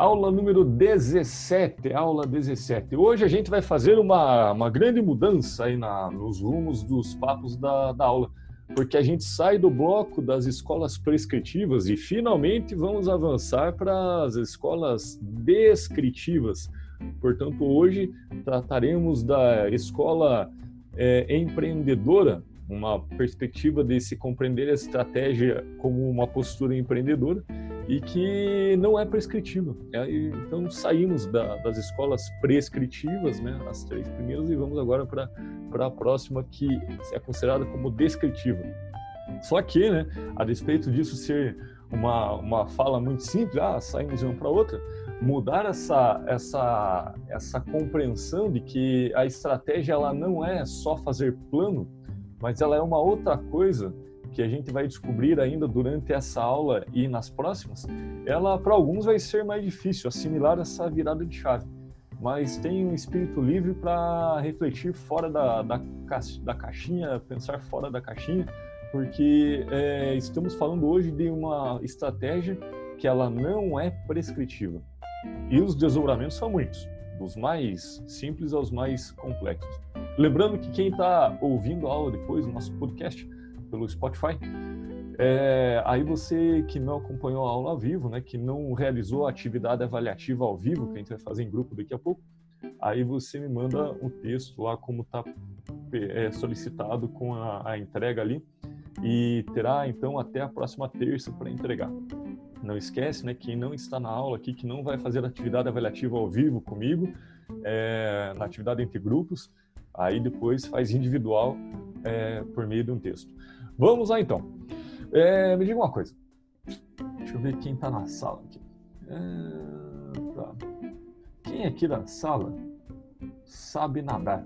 Aula número 17, aula 17. Hoje a gente vai fazer uma grande mudança aí nos rumos dos papos da aula, porque a gente sai do bloco das escolas prescritivas e finalmente vamos avançar para as escolas descritivas. Portanto, hoje trataremos da escola empreendedora, uma perspectiva de se compreender a estratégia como uma postura empreendedora e que não é prescritiva. Então, saímos das escolas prescritivas, né, as 3 primeiras, e vamos agora para a próxima, que é considerada como descritiva. Só que, né, a despeito disso ser uma fala muito simples, saímos de uma para outra, mudar essa compreensão de que a estratégia ela não é só fazer plano, mas ela é uma outra coisa que a gente vai descobrir ainda durante essa aula e nas próximas. Ela, para alguns, vai ser mais difícil assimilar essa virada de chave, mas tem um espírito livre para refletir fora da caixinha, pensar fora da caixinha, porque estamos falando hoje de uma estratégia que ela não é prescritiva. E os desdobramentos são muitos, dos mais simples aos mais complexos. Lembrando que quem está ouvindo a aula depois, no nosso podcast, pelo Spotify, aí você que não acompanhou a aula ao vivo, né, que não realizou a atividade avaliativa ao vivo, que a gente vai fazer em grupo daqui a pouco, aí você me manda um texto lá como está solicitado com a entrega ali, e terá então até a próxima terça para entregar. Não esquece, né, quem não está na aula aqui, que não vai fazer a atividade avaliativa ao vivo comigo, na atividade entre grupos, aí depois faz individual por meio de um texto. Vamos lá então. Me diga uma coisa. Deixa eu ver quem está na sala aqui. Tá. Quem aqui da sala sabe nadar?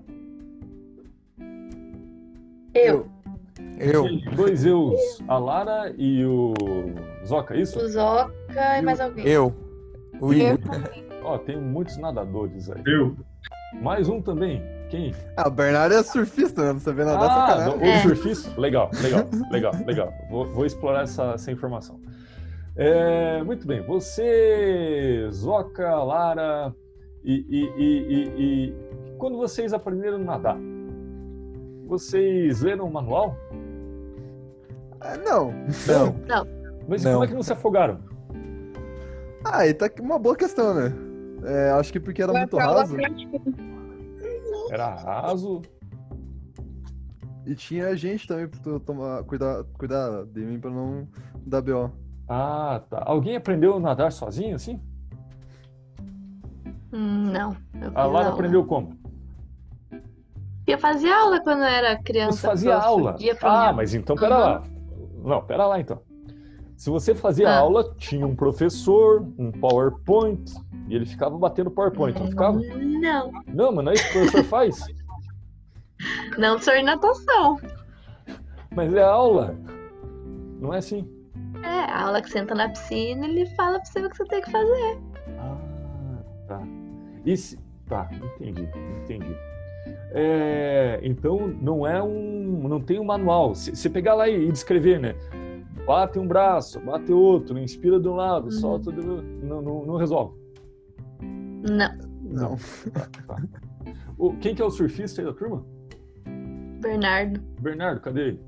Eu. 2 eus, a Lara e o Zoca, isso? O Zoca e mais alguém. Eu. O Igor. Tem muitos nadadores aí. Eu. Mais um também. Quem? O Bernardo é surfista, né? Não sabe nadar, sacanagem. O surfista? Legal. Vou explorar essa informação. Muito bem. Você, Zoca, Lara, e quando vocês aprenderam a nadar, vocês leram o manual? Não. Mas Não. como é que não se afogaram? E tá aqui uma boa questão, né? Acho que porque era muito raso. Era raso. E tinha gente também pra cuidar de mim pra não dar BO. Tá. Alguém aprendeu a nadar sozinho, assim? Não. A Lara aprendeu como? Eu fazia aula quando eu era criança. Você fazia aula? Mas então pera lá. Não, pera lá então. Se você fazia aula, tinha um professor, um PowerPoint, e ele ficava batendo PowerPoint, não ficava? Não. Não, mas não é isso que o professor faz? Não sou em natação. Mas é aula. Não é assim? A aula que senta na piscina, ele fala pra você o que você tem que fazer. Tá. Tá, entendi. Então não tem um manual. Se pegar lá e descrever, né? Bate um braço, bate outro, inspira de um lado, solta do outro. Não resolve. Não. Tá. Quem que é o surfista aí da turma? Bernardo, cadê ele?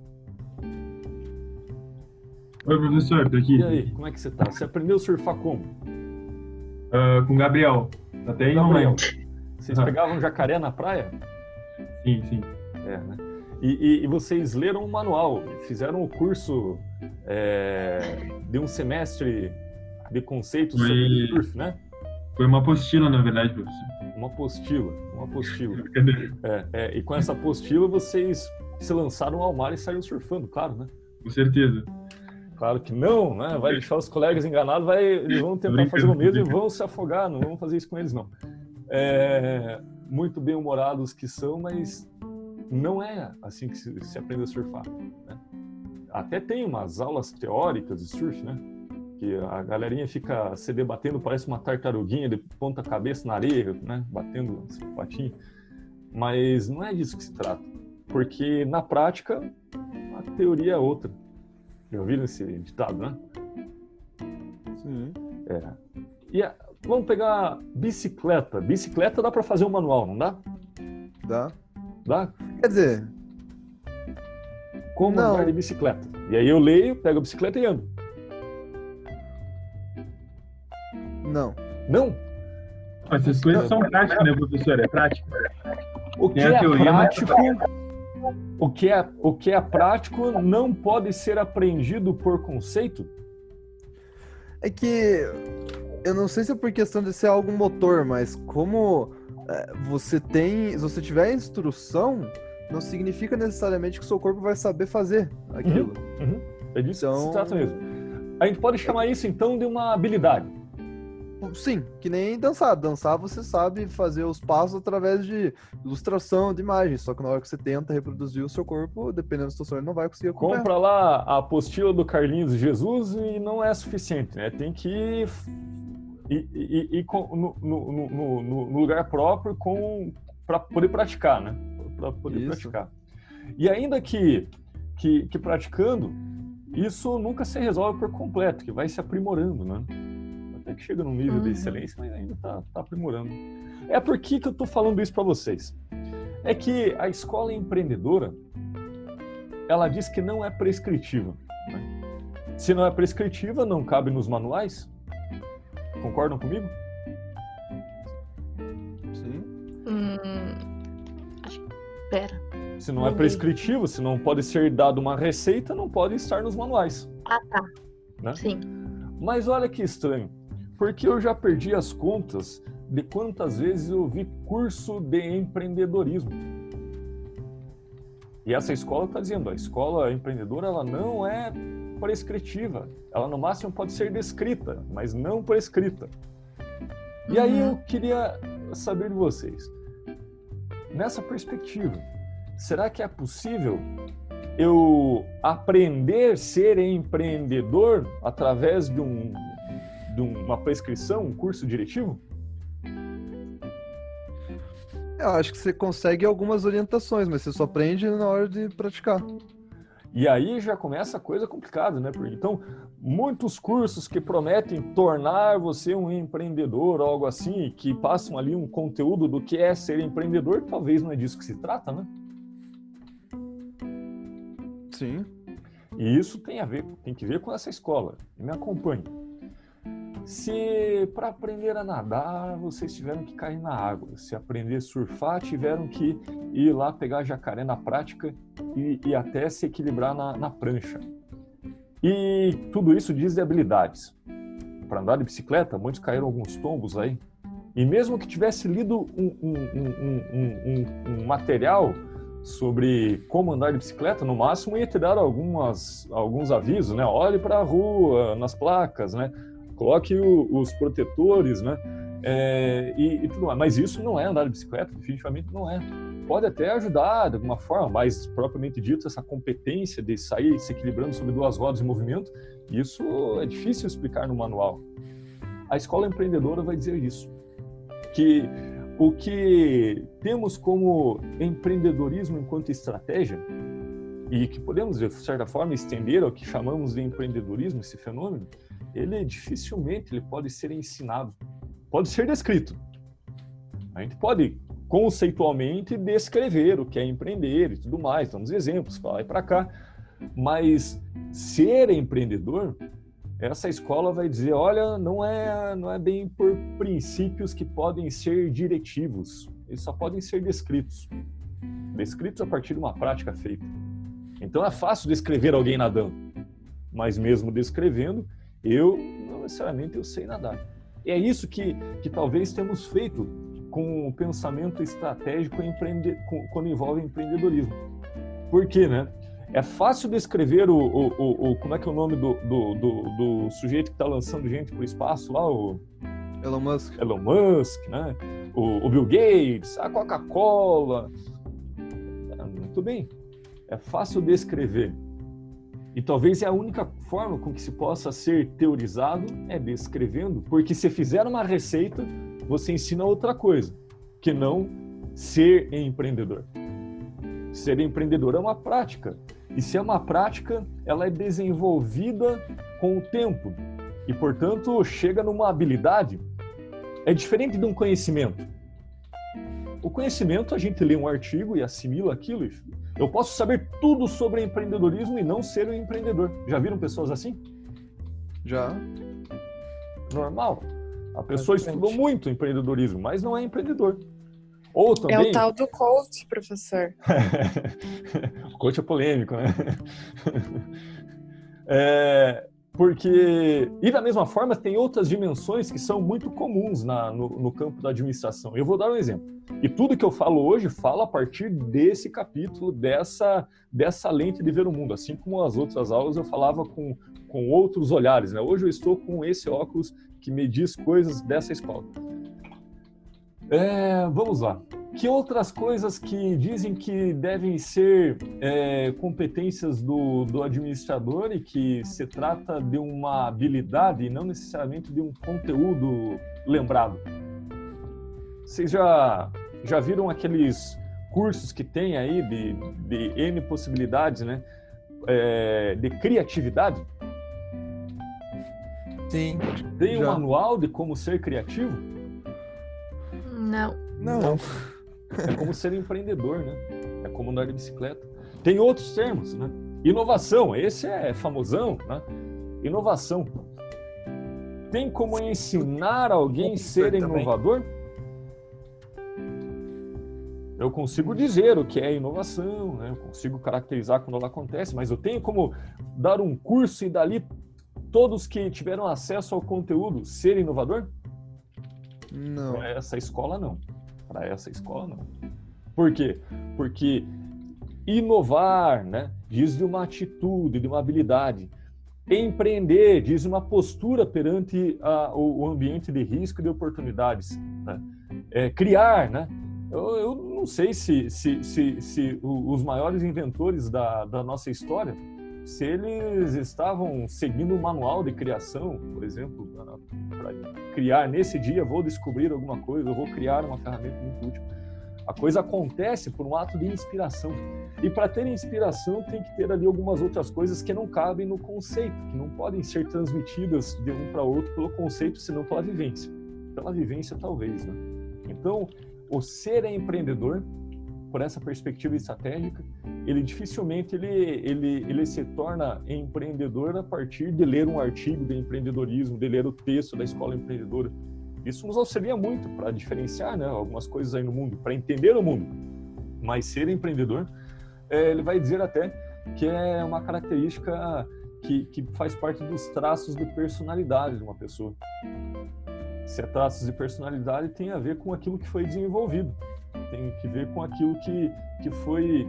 Oi, professor, tô aqui. E aí, como é que você tá? Você aprendeu a surfar como? Com o Gabriel. Até Gabriel. Vocês pegavam jacaré na praia? Sim. Né? E vocês leram o manual, fizeram o curso de um semestre de conceitos sobre surf, né? Foi uma apostila, na verdade, professor. Uma apostila. E com essa apostila vocês se lançaram ao mar e saíram surfando, claro, né? Com certeza. Claro que não, né? Vai deixar os colegas enganados, eles vão tentar fazer o mesmo e vão se afogar, não vamos fazer isso com eles, não. Muito bem-humorados que são, mas não é assim que se aprende a surfar, né? Até tem umas aulas teóricas de surf, né? Que a galerinha fica se debatendo, parece uma tartaruguinha de ponta cabeça na areia, né? Batendo assim, com patinho. Mas não é disso que se trata. Porque na prática, a teoria é outra. Já ouviram esse ditado, né? Sim. E vamos pegar bicicleta. Bicicleta dá para fazer um manual, não dá? Dá? Dá? Quer dizer, Como Não. andar de bicicleta. E aí eu leio, pego a bicicleta e ando. não. Não? Essas coisas são práticas, né, professor? É prática. O que Tem a é teoria, mas- prático, o que é prático não pode ser aprendido por conceito? É que eu não sei se é por questão de ser algo motor, mas como você tem, se você tiver instrução, não significa necessariamente que o seu corpo vai saber fazer aquilo. É disso que Então- se trata mesmo. A gente pode chamar isso então de uma habilidade. Sim, que nem dançar. Dançar você sabe fazer os passos através de ilustração, de imagem. Só que na hora que você tenta reproduzir o seu corpo, dependendo da situação, ele não vai conseguir acompanhar. Compra lá a apostila do Carlinhos Jesus e não é suficiente, né? Tem que ir no lugar próprio para poder praticar, né? Para poder Isso. praticar. E ainda que praticando, isso nunca se resolve por completo, que vai se aprimorando, né? Até que chega num nível de excelência, mas ainda tá aprimorando. É por que eu tô falando isso para vocês? É que a escola empreendedora, ela diz que não é prescritiva, né? Se não é prescritiva, não cabe nos manuais. Concordam comigo? Sim. Pera. Se não é Não prescritivo, se não pode ser dado uma receita, não pode estar nos manuais. Ah, tá. Né? Sim. Mas olha que estranho, porque eu já perdi as contas de quantas vezes eu vi curso de empreendedorismo. E essa escola está dizendo, a escola empreendedora ela não é prescritiva, ela no máximo pode ser descrita, mas não prescrita. E aí eu queria saber de vocês, nessa perspectiva, será que é possível eu aprender a ser empreendedor através de uma prescrição, um curso diretivo? Eu acho que você consegue algumas orientações, mas você só aprende na hora de praticar. E aí já começa a coisa complicada, né? Porque, então, muitos cursos que prometem tornar você um empreendedor ou algo assim, que passam ali um conteúdo do que é ser empreendedor, talvez não é disso que se trata, né? Sim. E isso tem que ver com essa escola. Me acompanhe. Se para aprender a nadar, vocês tiveram que cair na água. Se aprender a surfar, tiveram que ir lá pegar jacaré na prática e até se equilibrar na prancha. E tudo isso diz de habilidades. Para andar de bicicleta, muitos caíram alguns tombos aí. E mesmo que tivesse lido um material sobre como andar de bicicleta, no máximo ia te dar alguns avisos, né? Olhe para a rua, nas placas, né? Coloque os protetores, né? E tudo mais. Mas isso não é andar de bicicleta, definitivamente não é. Pode até ajudar de alguma forma, mas propriamente dito, essa competência de sair se equilibrando sobre duas rodas em movimento, isso é difícil explicar no manual. A escola empreendedora vai dizer isso, que o que temos como empreendedorismo enquanto estratégia, e que podemos, de certa forma, estender ao que chamamos de empreendedorismo, esse fenômeno, ele dificilmente ele pode ser ensinado. Pode ser descrito. A gente pode conceitualmente descrever o que é empreender e tudo mais, damos exemplos para lá e para cá, mas ser empreendedor, essa escola vai dizer, olha, não é bem por princípios que podem ser diretivos, eles só podem ser descritos a partir de uma prática feita. Então é fácil descrever alguém nadando, mas mesmo descrevendo, não necessariamente eu sei nadar. É isso que talvez temos feito com o pensamento estratégico quando envolve empreendedorismo. Por quê, né? É fácil descrever como é que é o nome do sujeito que está lançando gente para o espaço lá, o Elon Musk. Elon Musk, né? O Bill Gates, a Coca-Cola. Muito bem. É fácil descrever. E talvez a única forma com que se possa ser teorizado é descrevendo, porque se fizer uma receita, você ensina outra coisa, que não ser empreendedor. Ser empreendedor é uma prática. E se é uma prática, ela é desenvolvida com o tempo. E, portanto, chega numa habilidade É diferente de um conhecimento. O conhecimento, a gente lê um artigo e assimila aquilo. Eu posso saber tudo sobre empreendedorismo e não ser um empreendedor. Já viram pessoas assim? Já. Normal. A pessoa estudou muito empreendedorismo, mas não é empreendedor. Ou também... É o tal do coach, professor. O coach é polêmico, né? Porque... E da mesma forma, tem outras dimensões que são muito comuns no campo da administração. Eu vou dar um exemplo. E tudo que eu falo hoje, falo a partir desse capítulo, dessa lente de ver o mundo. Assim como as outras aulas eu falava com outros olhares, né? Hoje eu estou com esse óculos que me diz coisas dessa escola. Vamos lá. Que outras coisas que dizem que devem ser competências do administrador e que se trata de uma habilidade e não necessariamente de um conteúdo lembrado? Vocês já viram aqueles cursos que tem aí de N possibilidades, né? De criatividade? Sim. Tem um manual de como ser criativo? Não. É como ser empreendedor, né? É como andar de bicicleta. Tem outros termos, né? Inovação, esse é famosão, né? Inovação. Tem como ensinar alguém a ser inovador? Eu consigo dizer o que é inovação, né? Eu consigo caracterizar quando ela acontece, mas eu tenho como dar um curso e dali todos que tiveram acesso ao conteúdo ser inovador? Não. Para essa escola, não. Para essa escola, não. Por quê? Porque inovar, né, diz de uma atitude, de uma habilidade. Empreender diz uma postura perante o ambiente de risco e de oportunidades. Né? Criar, né? Eu não sei se os maiores inventores da nossa história, se eles estavam seguindo um manual de criação, por exemplo, para criar nesse dia, vou descobrir alguma coisa, eu vou criar uma ferramenta muito útil. A coisa acontece por um ato de inspiração. E para ter inspiração tem que ter ali algumas outras coisas que não cabem no conceito, que não podem ser transmitidas de um para outro pelo conceito, senão pela vivência. Pela vivência, talvez, né? Então, o ser empreendedor, por essa perspectiva estratégica, ele dificilmente ele se torna empreendedor a partir de ler um artigo de empreendedorismo, de ler o texto da escola empreendedora. Isso nos auxilia muito para diferenciar, né, algumas coisas aí no mundo, para entender o mundo. Mas ser empreendedor, ele vai dizer até que é uma característica que faz parte dos traços de personalidade de uma pessoa. Se é traços de personalidade, tem a ver com aquilo que foi desenvolvido. Tem que ver com aquilo que foi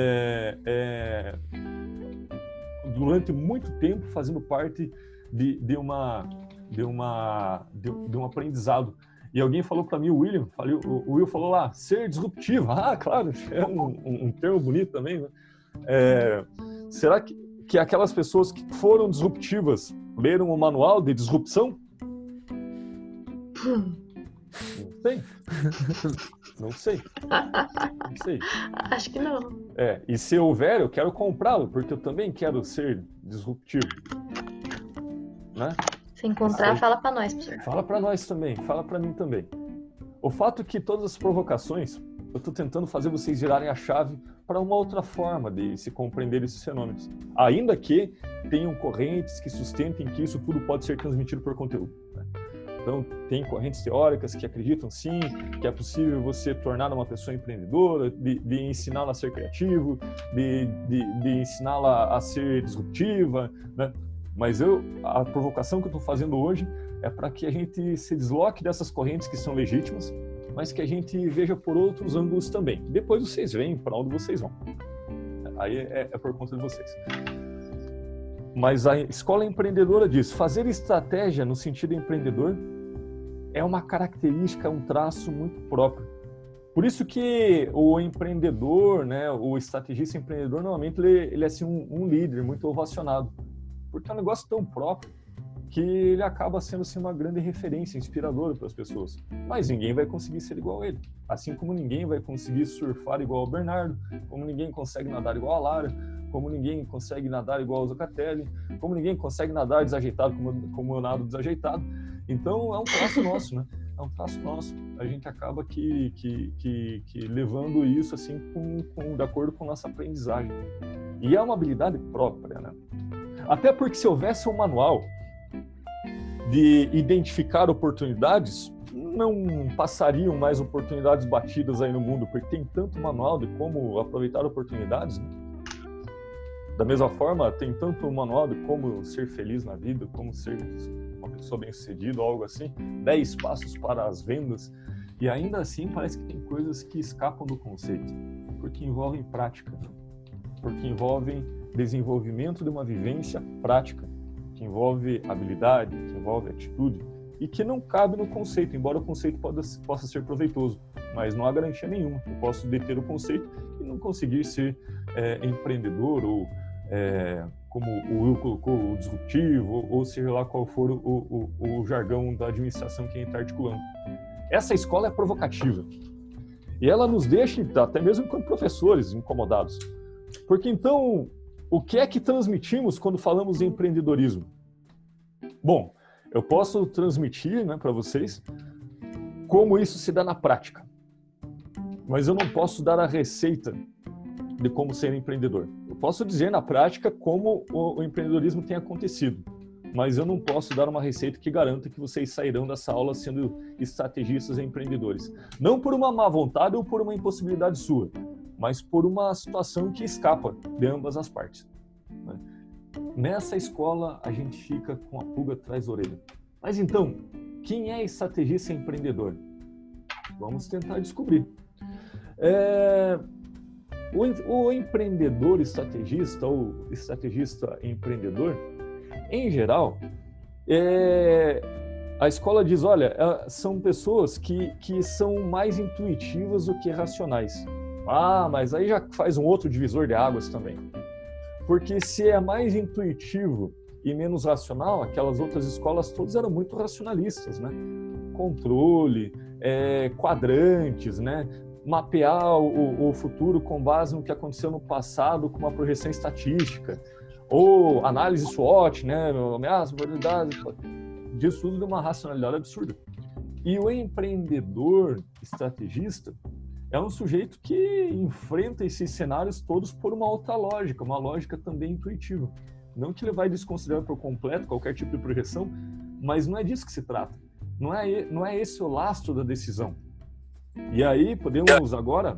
durante muito tempo fazendo parte de um aprendizado. E alguém falou para mim, o Will falou lá, ser disruptivo. Ah, claro, é um termo bonito também, né? Será que aquelas pessoas que foram disruptivas leram o manual de disrupção? Não sei. Acho que não. E se houver, eu quero comprá-lo, porque eu também quero ser disruptivo. Né? Se encontrar, fala pra nós, professor. Fala pra nós também, fala pra mim também. O fato é que todas as provocações, eu tô tentando fazer vocês girarem a chave para uma outra forma de se compreender esses fenômenos. Ainda que tenham correntes que sustentem que isso tudo pode ser transmitido por conteúdo. Né? Então, tem correntes teóricas que acreditam, sim, que é possível você tornar uma pessoa empreendedora, de ensiná-la a ser criativo, de ensiná-la a ser disruptiva, né? Mas a provocação que eu estou fazendo hoje é para que a gente se desloque dessas correntes que são legítimas, mas que a gente veja por outros ângulos também. Depois vocês veem para onde vocês vão. Aí é por conta de vocês. Mas a escola empreendedora diz, fazer estratégia no sentido empreendedor é uma característica, um traço muito próprio. Por isso que o empreendedor, né, o estrategista empreendedor, normalmente ele é assim, um líder muito ovacionado, porque é um negócio tão próprio que ele acaba sendo assim, uma grande referência, inspiradora para as pessoas. Mas ninguém vai conseguir ser igual a ele. Assim como ninguém vai conseguir surfar igual ao Bernardo, como ninguém consegue nadar igual a Lara, como ninguém consegue nadar igual ao Zucatelli, como ninguém consegue nadar desajeitado como eu nado desajeitado. Então é um traço nosso, né? é um traço nosso. A gente acaba que levando isso assim de acordo com nossa aprendizagem. E é uma habilidade própria, né? Até porque se houvesse um manual de identificar oportunidades, não passariam mais oportunidades batidas aí no mundo, porque tem tanto manual de como aproveitar oportunidades, né? Da mesma forma, tem tanto manual de como ser feliz na vida, como ser uma pessoa bem-sucedida, algo assim, 10 passos para as vendas, e ainda assim parece que tem coisas que escapam do conceito, porque envolvem prática, né? Porque envolvem desenvolvimento de uma vivência prática, que envolve habilidade, que envolve atitude, e que não cabe no conceito, embora o conceito possa ser proveitoso, mas não há garantia nenhuma. Eu posso deter o conceito e não conseguir ser empreendedor ou como o Will colocou, o disruptivo, ou seja lá qual for o jargão da administração que a gente está articulando. Essa escola é provocativa. E ela nos deixa, até mesmo enquanto professores, incomodados. Porque então, o que é que transmitimos quando falamos em empreendedorismo? Bom, eu posso transmitir, né, para vocês como isso se dá na prática. Mas eu não posso dar a receita de como ser empreendedor. Eu posso dizer na prática como o empreendedorismo tem acontecido, mas eu não posso dar uma receita que garanta que vocês sairão dessa aula sendo estrategistas e empreendedores. Não por uma má vontade ou por uma impossibilidade sua, mas por uma situação que escapa de ambas as partes, né? Nessa escola, a gente fica com a pulga atrás da orelha. Mas então, quem é estrategista e empreendedor? Vamos tentar descobrir. O empreendedor estrategista ou estrategista empreendedor, em geral, a escola diz, olha, são pessoas que são mais intuitivas do que racionais. Ah, mas aí já faz um outro divisor de águas também. Porque se é mais intuitivo e menos racional, aquelas outras escolas todas eram muito racionalistas, né? Controle, quadrantes, né? Mapear o futuro com base no que aconteceu no passado com uma projeção estatística, ou análise SWOT, né? Ameaças, probabilidades, disso tudo de uma racionalidade absurda. E o empreendedor estrategista é um sujeito que enfrenta esses cenários todos por uma outra lógica, uma lógica também intuitiva. Não que ele vai desconsiderar por completo qualquer tipo de projeção, mas não é disso que se trata. Não é esse o lastro da decisão. E aí podemos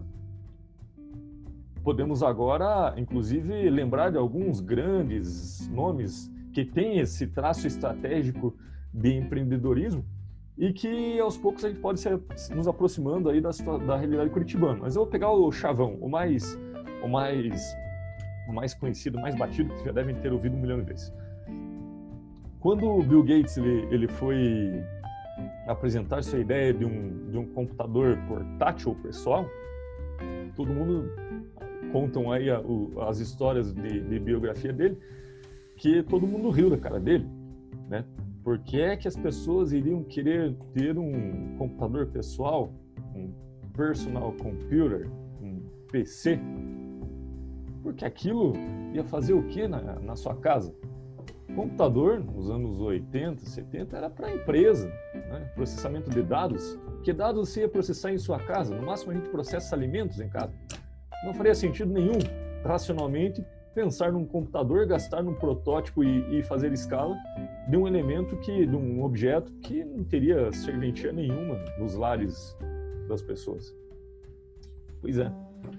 agora, inclusive, lembrar de alguns grandes nomes que têm esse traço estratégico de empreendedorismo e que aos poucos a gente pode nos aproximando aí da realidade curitibana. Mas eu vou pegar o chavão, o mais conhecido, o mais batido, que já devem ter ouvido 1 milhão de vezes. Quando o Bill Gates ele foi apresentar sua ideia de um computador portátil pessoal, todo mundo contam aí as histórias de biografia dele, que todo mundo riu da cara dele, né? Por que é que as pessoas iriam querer ter um computador pessoal, um personal computer, um PC? Porque aquilo ia fazer o que na sua casa? O computador, nos anos 80, 70, era para a empresa, né? Processamento de dados. Que dados você ia processar em sua casa? No máximo a gente processa alimentos em casa. Não faria sentido nenhum, racionalmente, pensar num computador, gastar num protótipo e fazer escala de um elemento de um objeto que não teria serventia nenhuma nos lares das pessoas. Pois é.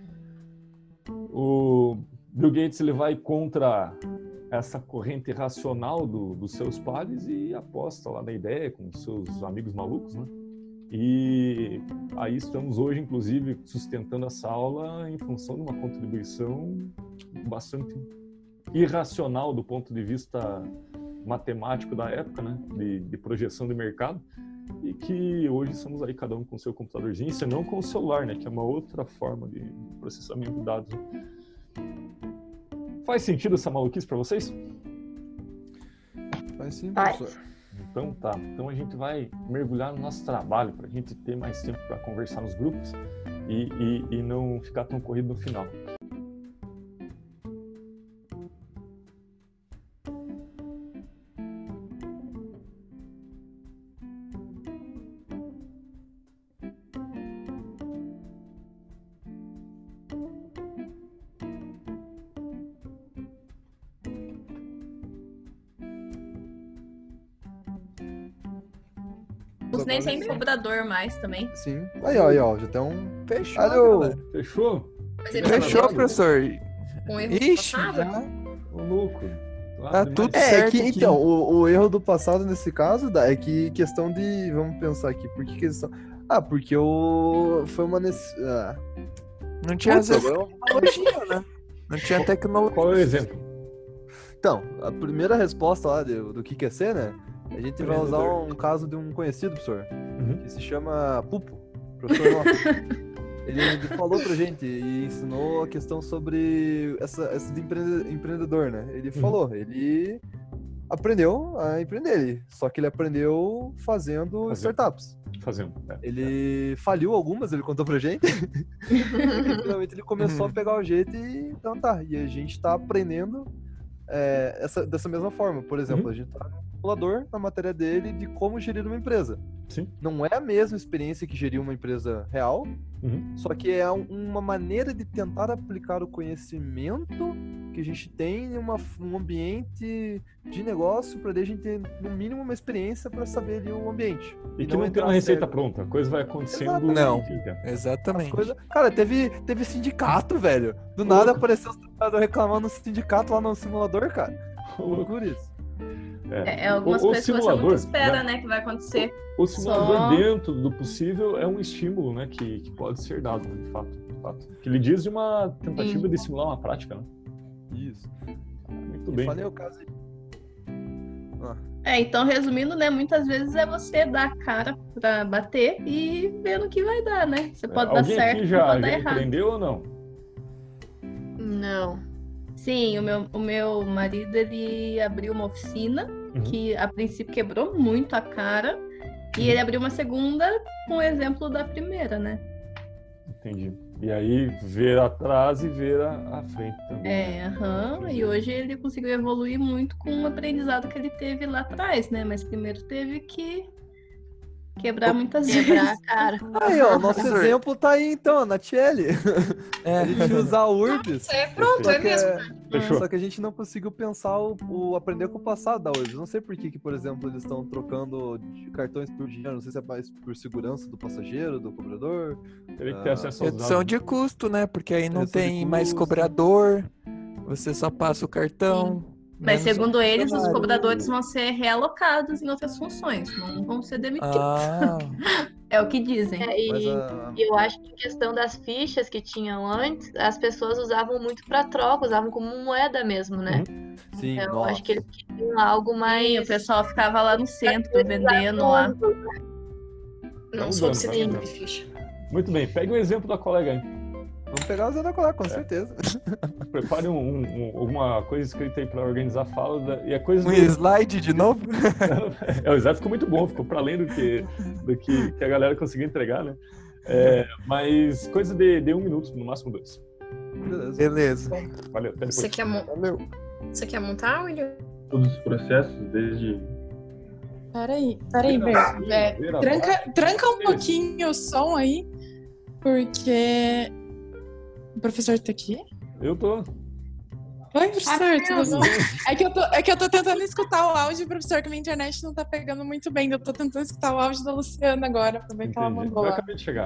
O Bill Gates ele vai contra essa corrente racional dos seus pares e aposta lá na ideia com seus amigos malucos, né? E aí estamos hoje, inclusive, sustentando essa aula em função de uma contribuição bastante irracional do ponto de vista matemático da época, né? De projeção de mercado, e que hoje estamos aí cada um com o seu computadorzinho, e não com o celular, né? Que é uma outra forma de processamento de dados. Faz sentido essa maluquice para vocês? Faz sim, professor. Então tá. Então a gente vai mergulhar no nosso trabalho para a gente ter mais tempo para conversar nos grupos e não ficar tão corrido no final. Agora nem sem sim. cobrador mais também. Sim. Aí, ó, já tem um... Fechou, Alô. galera. Fechou? Mas ele Fechou, falou professor. com erro do Ixi, passado. já. Ô, louco. Tá tudo É certo que, aqui. então, o erro do passado nesse caso é que questão de... Vamos pensar aqui, por que eles estão... Porque foi uma... Não tinha Putz, essa agora tecnologia, né? Não tinha tecnologia. Qual é o exemplo? Então, a primeira resposta lá do que quer ser, né? A gente vai usar Empreendedor. um caso de um conhecido, professor, Uhum. que se chama Pupo, professor nosso. Ele falou pra gente e ensinou a questão sobre essa de empreendedor, né? Ele falou, ele aprendeu a empreender, só que ele aprendeu fazendo startups. Fazendo. Ele faliu algumas, ele contou pra gente. E finalmente ele começou a pegar o jeito e então tá. E a gente tá aprendendo dessa mesma forma. Por exemplo, a gente tá no simulador na matéria dele de como gerir uma empresa. Sim. Não é a mesma experiência que gerir uma empresa real, Uhum. só que é uma maneira de tentar aplicar o conhecimento que a gente tem em um ambiente de negócio para a gente ter, no mínimo, uma experiência para saber ali o ambiente. E que não tem entrar uma receita cego. pronta. A coisa vai acontecendo. Exatamente. Não. enfim, né? Exatamente. Cara, teve sindicato, velho. Do nada apareceu os trabalhadores reclamando no sindicato lá no simulador, cara. Loucura isso. Algumas coisas que você nunca espera, né, que vai acontecer. O simulador, Só- dentro do possível, é um estímulo, né, que pode ser dado, de fato. Que ele diz de uma tentativa de simular uma prática, né? Isso. Muito E bem. falei o caso aí. Então, resumindo, né, muitas vezes é você dar a cara pra bater e ver no que vai dar, né? Você pode dar Alguém certo, aqui pode já dar errado. empreendeu ou não? Não. Sim, o meu marido, ele abriu uma oficina que a princípio quebrou muito a cara e ele abriu uma segunda com o exemplo da primeira, né? Entendi. E aí, ver atrás e ver à frente também. E hoje ele conseguiu evoluir muito com o aprendizado que ele teve lá atrás, né? Mas primeiro teve que quebrar muitas Quebrar vezes. a cara. Aí, ó, nosso Professor. exemplo tá aí então, a Natiele. É. A gente usar a URBS. Isso é pronto, é mesmo. Fechou. Só que a gente não conseguiu pensar o aprender com o passado da URBS. Não sei por que, por exemplo, eles estão trocando de cartões por dinheiro. Não sei se é mais por segurança do passageiro, do cobrador. Teria que ter acesso aos Redução dados. de custo, né? Porque aí não Redução de tem mais custo. cobrador, você só passa o cartão. Mas menos segundo eles, os funcionário. cobradores vão ser realocados em outras funções, não vão ser demitidos. Ah, É o que dizem. Mas E eu acho que a questão das fichas que tinham antes, as pessoas usavam muito para troca, usavam como moeda mesmo, né? sim, Eu nossa. acho que eles queriam algo mais. Sim, o pessoal ficava lá no centro vendendo lá. Não Tá sou mudando, de tá CD mudando. de ficha. Muito bem, pegue um exemplo da colega aí. Vamos pegar o Zé da Colar, com certeza. Prepare alguma coisa escrita aí para organizar a fala. E a coisa um slide de novo? O exato ficou muito bom, ficou para além do que a galera conseguiu entregar, né? Mas coisa de 1 minuto, no máximo 2. Beleza. Beleza. Valeu, até depois. Você quer montar, William? Todos os processos, desde... Peraí, Vira- Ber. vira Tranca um Isso. pouquinho o som aí, porque o professor tá aqui. Eu tô. Oi, professor, tudo bom? É que eu tô tentando escutar o áudio, professor, que minha internet não tá pegando muito bem. Eu tô tentando escutar o áudio da Luciana agora, pra ver que ela Entendi. mandou Eu lá. acabei de chegar.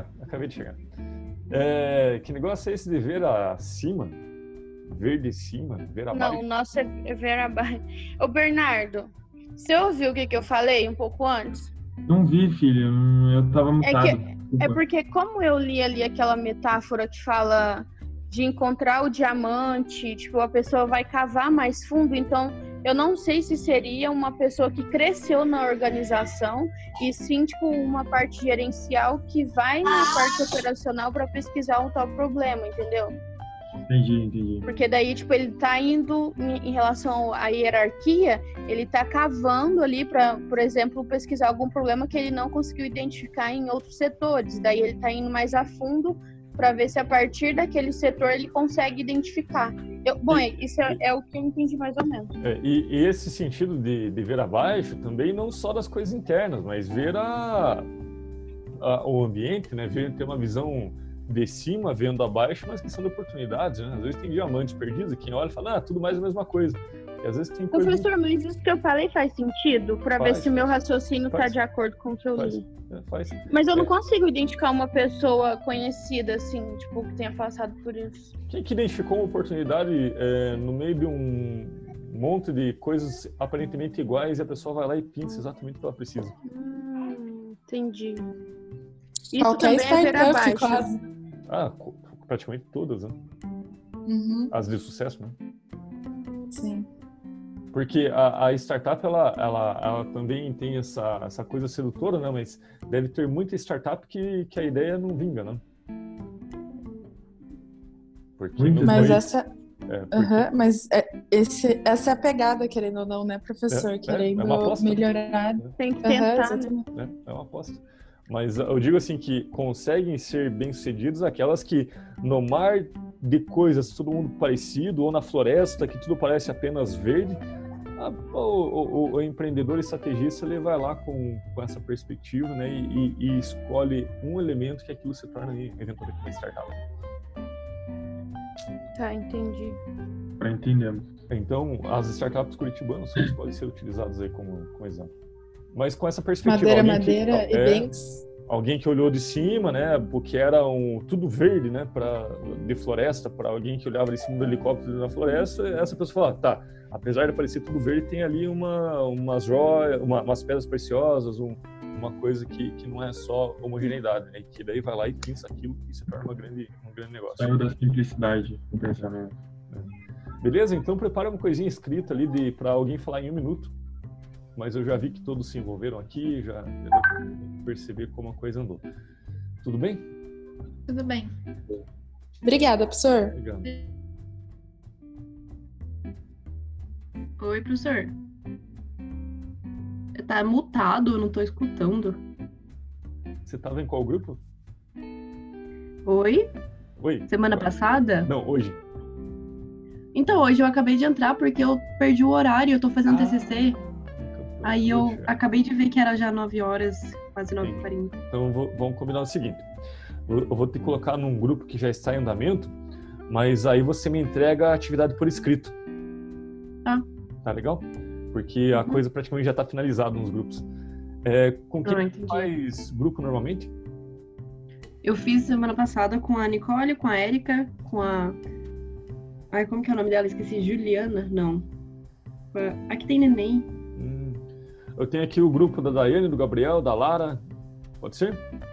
Que negócio é esse de ver acima? Ver de cima? Ver abaixo? Não, o nosso é ver abaixo. Ô, Bernardo, você ouviu o que eu falei um pouco antes? Não vi, filho. Eu tava mutado. É porque como eu li ali aquela metáfora que fala de encontrar o diamante, tipo, a pessoa vai cavar mais fundo, então eu não sei se seria uma pessoa que cresceu na organização e sim, tipo, uma parte gerencial que vai na parte operacional para pesquisar um tal problema, entendeu? Entendi. Porque daí, tipo, ele tá indo em relação à hierarquia, ele tá cavando ali para, por exemplo, pesquisar algum problema que ele não conseguiu identificar em outros setores. Daí ele tá indo mais a fundo para ver se a partir daquele setor ele consegue identificar. Isso é o que eu entendi mais ou menos. E esse sentido de ver abaixo também não só das coisas internas, mas ver o ambiente, né? Ter uma visão de cima, vendo abaixo, mas que são de oportunidades, né? Às vezes tem diamantes perdidos e quem olha fala, tudo mais a mesma coisa. E às vezes tem coisa... Professor, mas isso que eu falei faz sentido? Pra ver se o meu raciocínio tá Faz. de acordo com o que eu Faz. li. Faz. Mas eu não consigo identificar uma pessoa conhecida, assim, tipo, que tenha passado por isso. Quem que identificou uma oportunidade no meio de um monte de coisas aparentemente iguais e a pessoa vai lá e pinça exatamente o que ela precisa? Entendi. Isso Qualquer também é ver startup, abaixo. quase. Praticamente todas, né? Uhum. As de sucesso, né? Sim. Porque a startup, ela também tem essa coisa sedutora, né? Mas deve ter muita startup que a ideia não vinga, né? Porque Mas essa é a pegada, querendo ou não, né, professor? Querendo é uma aposta, melhorar. Tem que tentar, né? É uma aposta. Mas eu digo assim que conseguem ser bem-sucedidos aquelas que, no mar de coisas, todo mundo parecido, ou na floresta, que tudo parece apenas verde, o empreendedor estrategista, ele vai lá com essa perspectiva, né, e escolhe um elemento que aquilo se torna eventualmente uma startup. Tá, entendi. Entendemos. Então, as startups curitibanas podem ser utilizadas aí como exemplo. Mas com essa perspectiva... Madeira e bens. Alguém que olhou de cima, né, porque era tudo verde, né, de floresta, para alguém que olhava de cima do helicóptero na floresta, essa pessoa fala, tá, apesar de parecer tudo verde, tem ali umas joias, umas pedras preciosas, uma coisa que não é só homogeneidade, né, que daí vai lá e pinça aquilo e se torna um grande negócio. Saiu da simplicidade do pensamento. Beleza? Então prepara uma coisinha escrita ali para alguém falar em 1 minuto. Mas eu já vi que todos se envolveram aqui, já deu para perceber como a coisa andou. Tudo bem? Tudo bem. Obrigada, professor. Obrigado. Oi, professor. Tá mutado, eu não tô escutando. Você estava em qual grupo? Oi? Oi. Semana passada? Não, hoje. Então, hoje eu acabei de entrar porque eu perdi o horário, eu tô fazendo TCC. Aí eu acabei de ver que era já 9 horas, quase 9h40. Então vamos combinar o seguinte. Eu vou te colocar num grupo que já está em andamento, mas aí você me entrega a atividade por escrito. Tá. Tá legal? Porque a coisa praticamente já está finalizada nos grupos. Com quem você faz grupo normalmente? Eu fiz semana passada com a Nicole, com a Érica, com a... Ai, como que é o nome dela? Esqueci. Juliana? Não. Aqui tem neném. Eu tenho aqui o grupo da Daiane, do Gabriel, da Lara. Pode ser?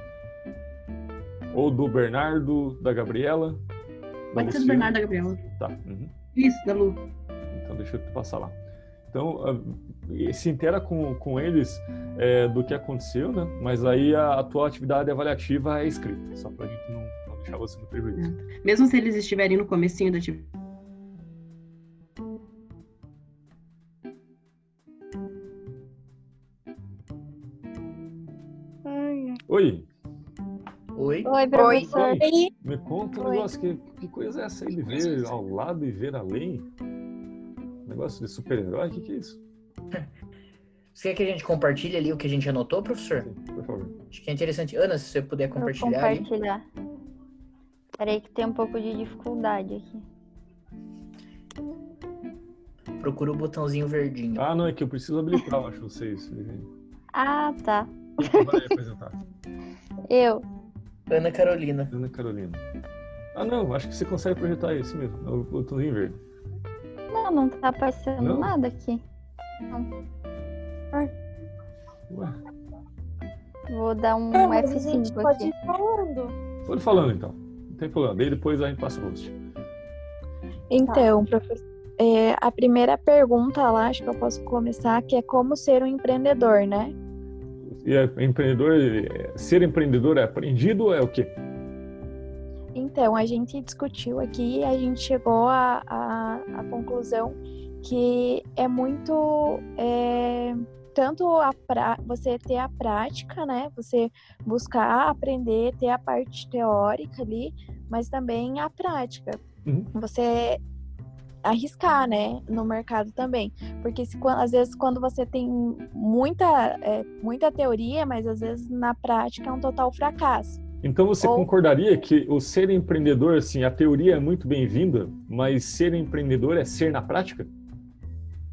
Ou do Bernardo, da Gabriela. Pode ser do Bernardo, da Gabriela. Tá. Isso, da Lu. Então deixa eu te passar lá. Então, se intera com eles do que aconteceu, né? Mas aí a tua atividade avaliativa é escrita, só pra gente não deixar você no prejuízo. Mesmo se eles estiverem no comecinho da atividade. Oi. Oi, professor. Oi. Me conta um negócio, que coisa é essa aí de ver ao lado e ver além? Negócio de super-herói, o que é isso? Você quer que a gente compartilhe ali o que a gente anotou, professor? Sim, por favor. Acho que é interessante. Ana, se você puder compartilhar. Peraí que tem um pouco de dificuldade aqui. Procura o botãozinho verdinho. Ah, não, é que eu preciso habilitar, eu acho, vocês. Ah, tá. Quem vai apresentar? Eu. Ana Carolina. Ana Carolina. Ah, não, acho que você consegue projetar esse mesmo, o botãozinho verde. Não tá aparecendo nada aqui. Não. Ué. Vou dar um F5 pode aqui. ir falando. Pode ir falando, então. Não tem problema. Daí depois a gente passa o host. Então, professor, a primeira pergunta lá, acho que eu posso começar, que é como ser um empreendedor, né? E ser empreendedor é aprendido ou é o quê? Então, a gente discutiu aqui e a gente chegou à conclusão que é muito... tanto você ter a prática, né? Você buscar aprender, ter a parte teórica ali, mas também a prática. Você arriscar, né? No mercado também. Porque às vezes quando você tem muita teoria, mas às vezes na prática é um total fracasso. Então você concordaria que o ser empreendedor, assim, a teoria é muito bem-vinda, mas ser empreendedor é ser na prática?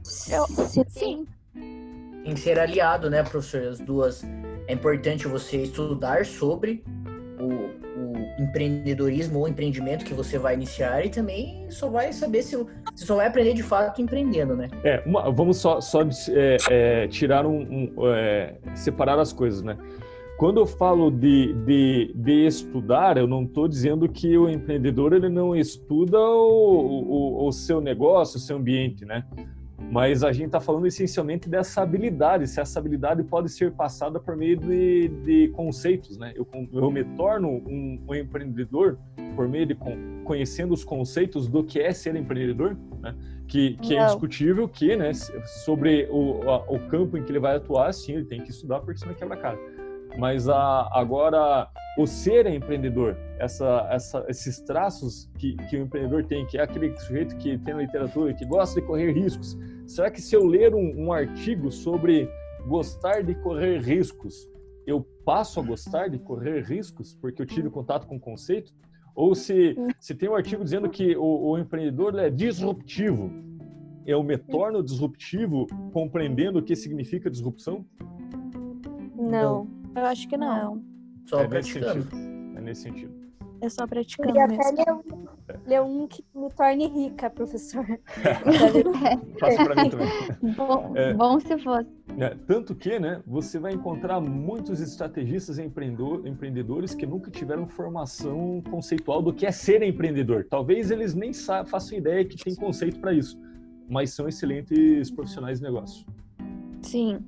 Sim. Tem que ser aliado, né, professor? As duas. É importante você estudar sobre o empreendedorismo ou empreendimento que você vai iniciar e também só vai saber se você só vai aprender de fato empreendendo, né? Vamos só tirar separar as coisas, né? Quando eu falo de estudar, eu não estou dizendo que o empreendedor ele não estuda o seu negócio, o seu ambiente, né? Mas a gente está falando essencialmente dessa habilidade, se essa habilidade pode ser passada por meio de conceitos, né? Eu me torno um empreendedor por meio de conhecendo os conceitos do que é ser empreendedor, né? Que é indiscutível que, né, sobre o campo em que ele vai atuar, sim, ele tem que estudar porque senão quebra a cara. Mas agora, o ser empreendedor, esses traços que o empreendedor tem, que é aquele sujeito que tem na literatura, que gosta de correr riscos, será que se eu ler um artigo sobre gostar de correr riscos, eu passo a gostar de correr riscos porque eu tive contato com o conceito? Ou se tem um artigo dizendo que o empreendedor é disruptivo, eu me torno disruptivo compreendendo o que significa disrupção? Não. Eu acho que não. Só praticando. É nesse sentido. É só praticando Queria mesmo. até ler um que me torne rica, professor. Passa para mim também. Bom se fosse. Tanto que, né, você vai encontrar muitos estrategistas e empreendedores que nunca tiveram formação conceitual do que é ser empreendedor. Talvez eles nem façam ideia que tem conceito para isso, mas são excelentes profissionais de negócio. Sim.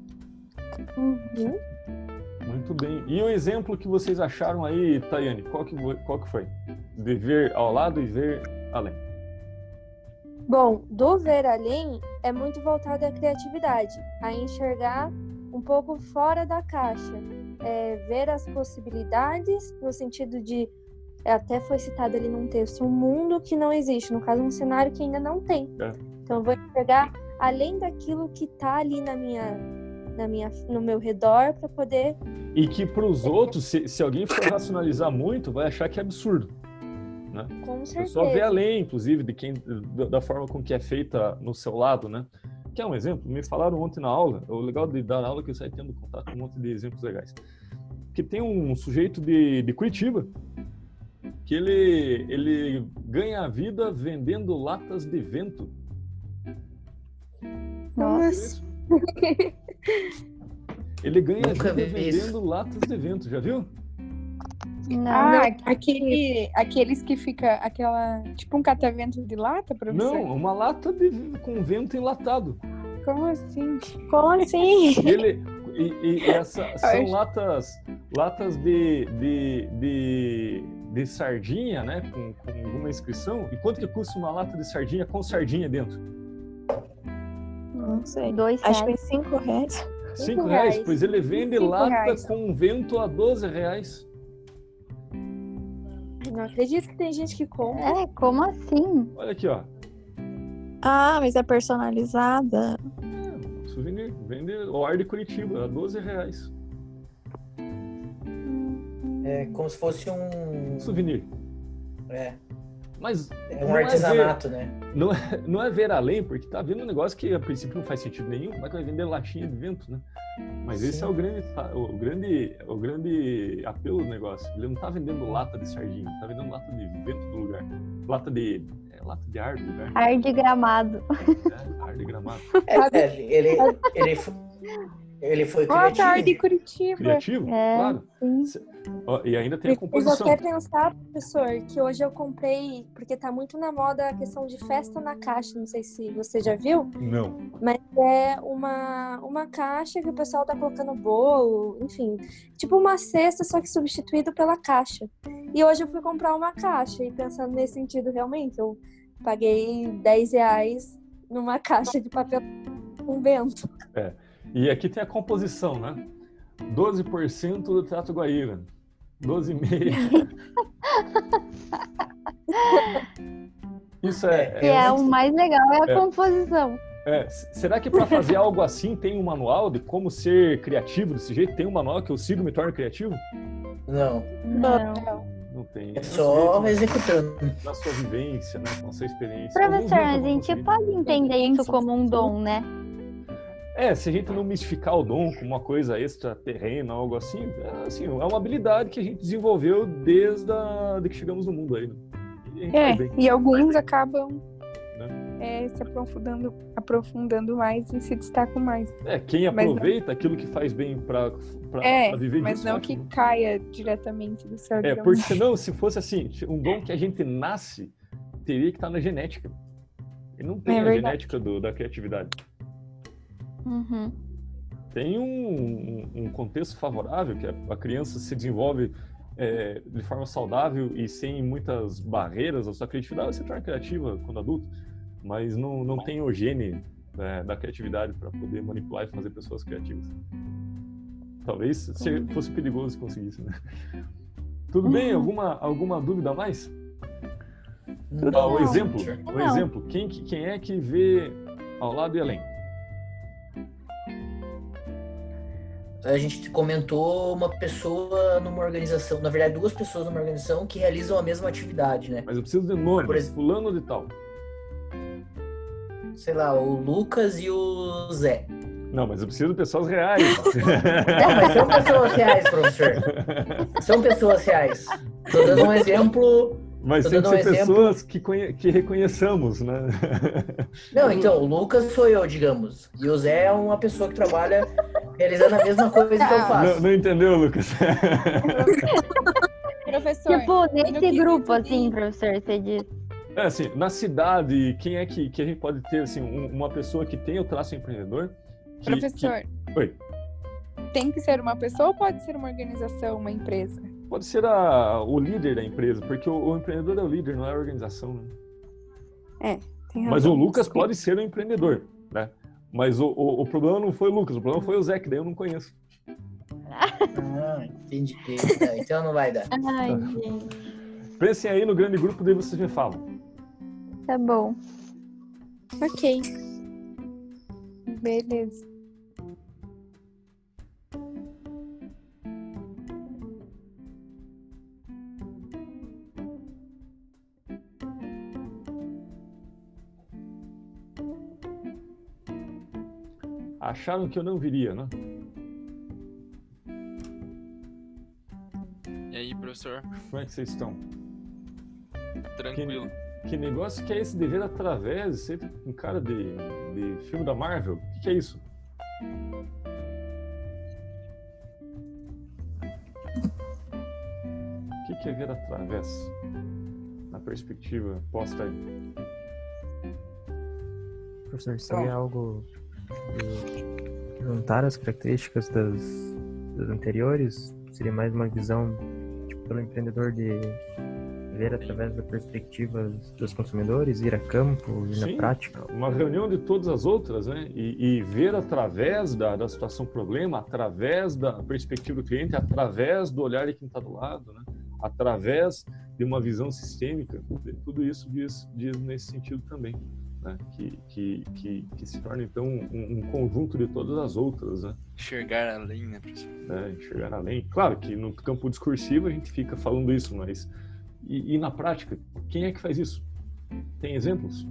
Muito bem. E o exemplo que vocês acharam aí, Tayane, qual que foi? De ver ao lado e ver além. Bom, do ver além é muito voltado à criatividade, a enxergar um pouco fora da caixa, ver as possibilidades no sentido de, até foi citado ali num texto, um mundo que não existe, no caso um cenário que ainda não tem. Então eu vou enxergar além daquilo que está ali no meu redor para poder... E que para os outros, se alguém for racionalizar muito, vai achar que é absurdo. Né? Com certeza. Só ver além, inclusive, da forma com que é feita no seu lado, né? Que é um exemplo, me falaram ontem na aula, o legal de dar aula é que eu saio tendo contato com um monte de exemplos legais. Que tem um sujeito de Curitiba que ele ganha a vida vendendo latas de vento. Nossa. Ele ganha a vida vendendo latas de vento, já viu? Não, aqueles que fica tipo um catavento de lata, professor? Não, uma lata com vento enlatado. Como assim? Como assim? São latas de sardinha, né? Com alguma inscrição. E quanto que custa uma lata de sardinha com sardinha dentro? Não sei. R$2. Acho que foi R$5. R$5? Pois ele vende lata com vento a R$12. Não acredito que tem gente que compra. Como assim? Olha aqui, ó. Ah, mas é personalizada. Souvenir. Vende o ar de Curitiba a R$12. É como se fosse um... Souvenir. Mas é um artesanato, né? Não é ver além, porque tá vendo um negócio que a princípio não faz sentido nenhum. Como é que vai vender latinha de vento, né? Mas esse é o grande apelo do negócio. Ele não tá vendendo lata de sardinha, tá vendendo lata de vento do lugar. Lata de ar do lugar. Ar de gramado. Ar de gramado. Ele foi Boa criativo. tarde, Curitiba. Criativo? Claro. E ainda tem a composição. Eu quero pensar, professor, que hoje eu comprei, porque tá muito na moda a questão de festa na caixa, não sei se você já viu. Não. Mas é uma caixa que o pessoal tá colocando bolo, enfim, tipo uma cesta, só que substituído pela caixa. E hoje eu fui comprar uma caixa, e pensando nesse sentido, realmente, eu paguei R$10 numa caixa de papel com vento. E aqui tem a composição, né? 12% do Teatro Guaíra, 12,5%. Isso o mais legal é a composição. Será que para fazer algo assim tem um manual de como ser criativo desse jeito? Tem um manual que eu sigo e me torno criativo? Não. Não Não tem. É só executando. Na sua vivência, né? Com a sua experiência. Professor, a gente pode entender isso como um dom, né? Se a gente não mistificar o dom como uma coisa extraterrena, algo assim, é uma habilidade que a gente desenvolveu desde que chegamos no mundo aí. Né? E alguns acabam se aprofundando mais e se destacam mais. Quem aproveita aquilo que faz bem para viver mas disso. Não que caia diretamente do céu. Porque senão, se fosse assim, um dom que a gente nasce, teria que estar na genética. E não tem a genética da criatividade. Uhum. Tem um contexto favorável, que a criança se desenvolve de forma saudável e sem muitas barreiras à sua criatividade, ela se torna criativa quando adulto, mas não tem o gene da criatividade para poder manipular e fazer pessoas criativas. Talvez fosse perigoso se conseguisse, né? Tudo bem? Alguma dúvida a mais? O exemplo. Quem é que vê ao lado e além? A gente comentou uma pessoa numa organização, na verdade 2 pessoas numa organização que realizam a mesma atividade, né? Mas eu preciso de nome, fulano de tal. Sei lá, o Lucas e o Zé. Não, mas eu preciso de pessoas reais. Não, mas são pessoas reais, professor. São pessoas reais. Tô dando um exemplo... Mas tem que ser pessoas que reconheçamos, né? Não, então, o Lucas sou eu, digamos. E o Zé é uma pessoa que trabalha realizando a mesma coisa que eu faço. Não entendeu, Lucas? Professor. Tipo, nesse grupo, assim, professor, você diz. Assim, na cidade, quem é que a gente pode ter, assim, uma pessoa que tem o traço empreendedor? Professor. Oi. Tem que ser uma pessoa ou pode ser uma organização, uma empresa? Pode ser o líder da empresa, porque o empreendedor é o líder, não é a organização. Né? Tem razão. Mas o Lucas pode ser um empreendedor, né? Mas o problema não foi o Lucas, o problema foi o Zé, que daí eu não conheço. Entendi. Então não vai dar. Ai, gente. Pensem aí no grande grupo, daí vocês me falam. Tá bom. Ok. Beleza. Acharam que eu não viria, né? E aí, professor? Como é que vocês estão? Tranquilo. Que negócio que é esse de ver através? Você é um cara de filme da Marvel? O que é isso? O que é ver através? Na perspectiva posta aí. Professor, seria algo de juntar as características das anteriores? Seria mais uma visão pelo empreendedor de ver através da perspectiva dos consumidores, ir a campo, ir na prática? Uma reunião de todas as outras, né? E ver através da situação problema, através da perspectiva do cliente, através do olhar de quem está do lado, né? Através de uma visão sistêmica. Tudo isso diz nesse sentido também. Né? Que se torna então um conjunto de todas as outras, né? Enxergar além, né, professor? Enxergar além. Claro que no campo discursivo a gente fica falando isso, mas e na prática, quem é que faz isso? Tem exemplos?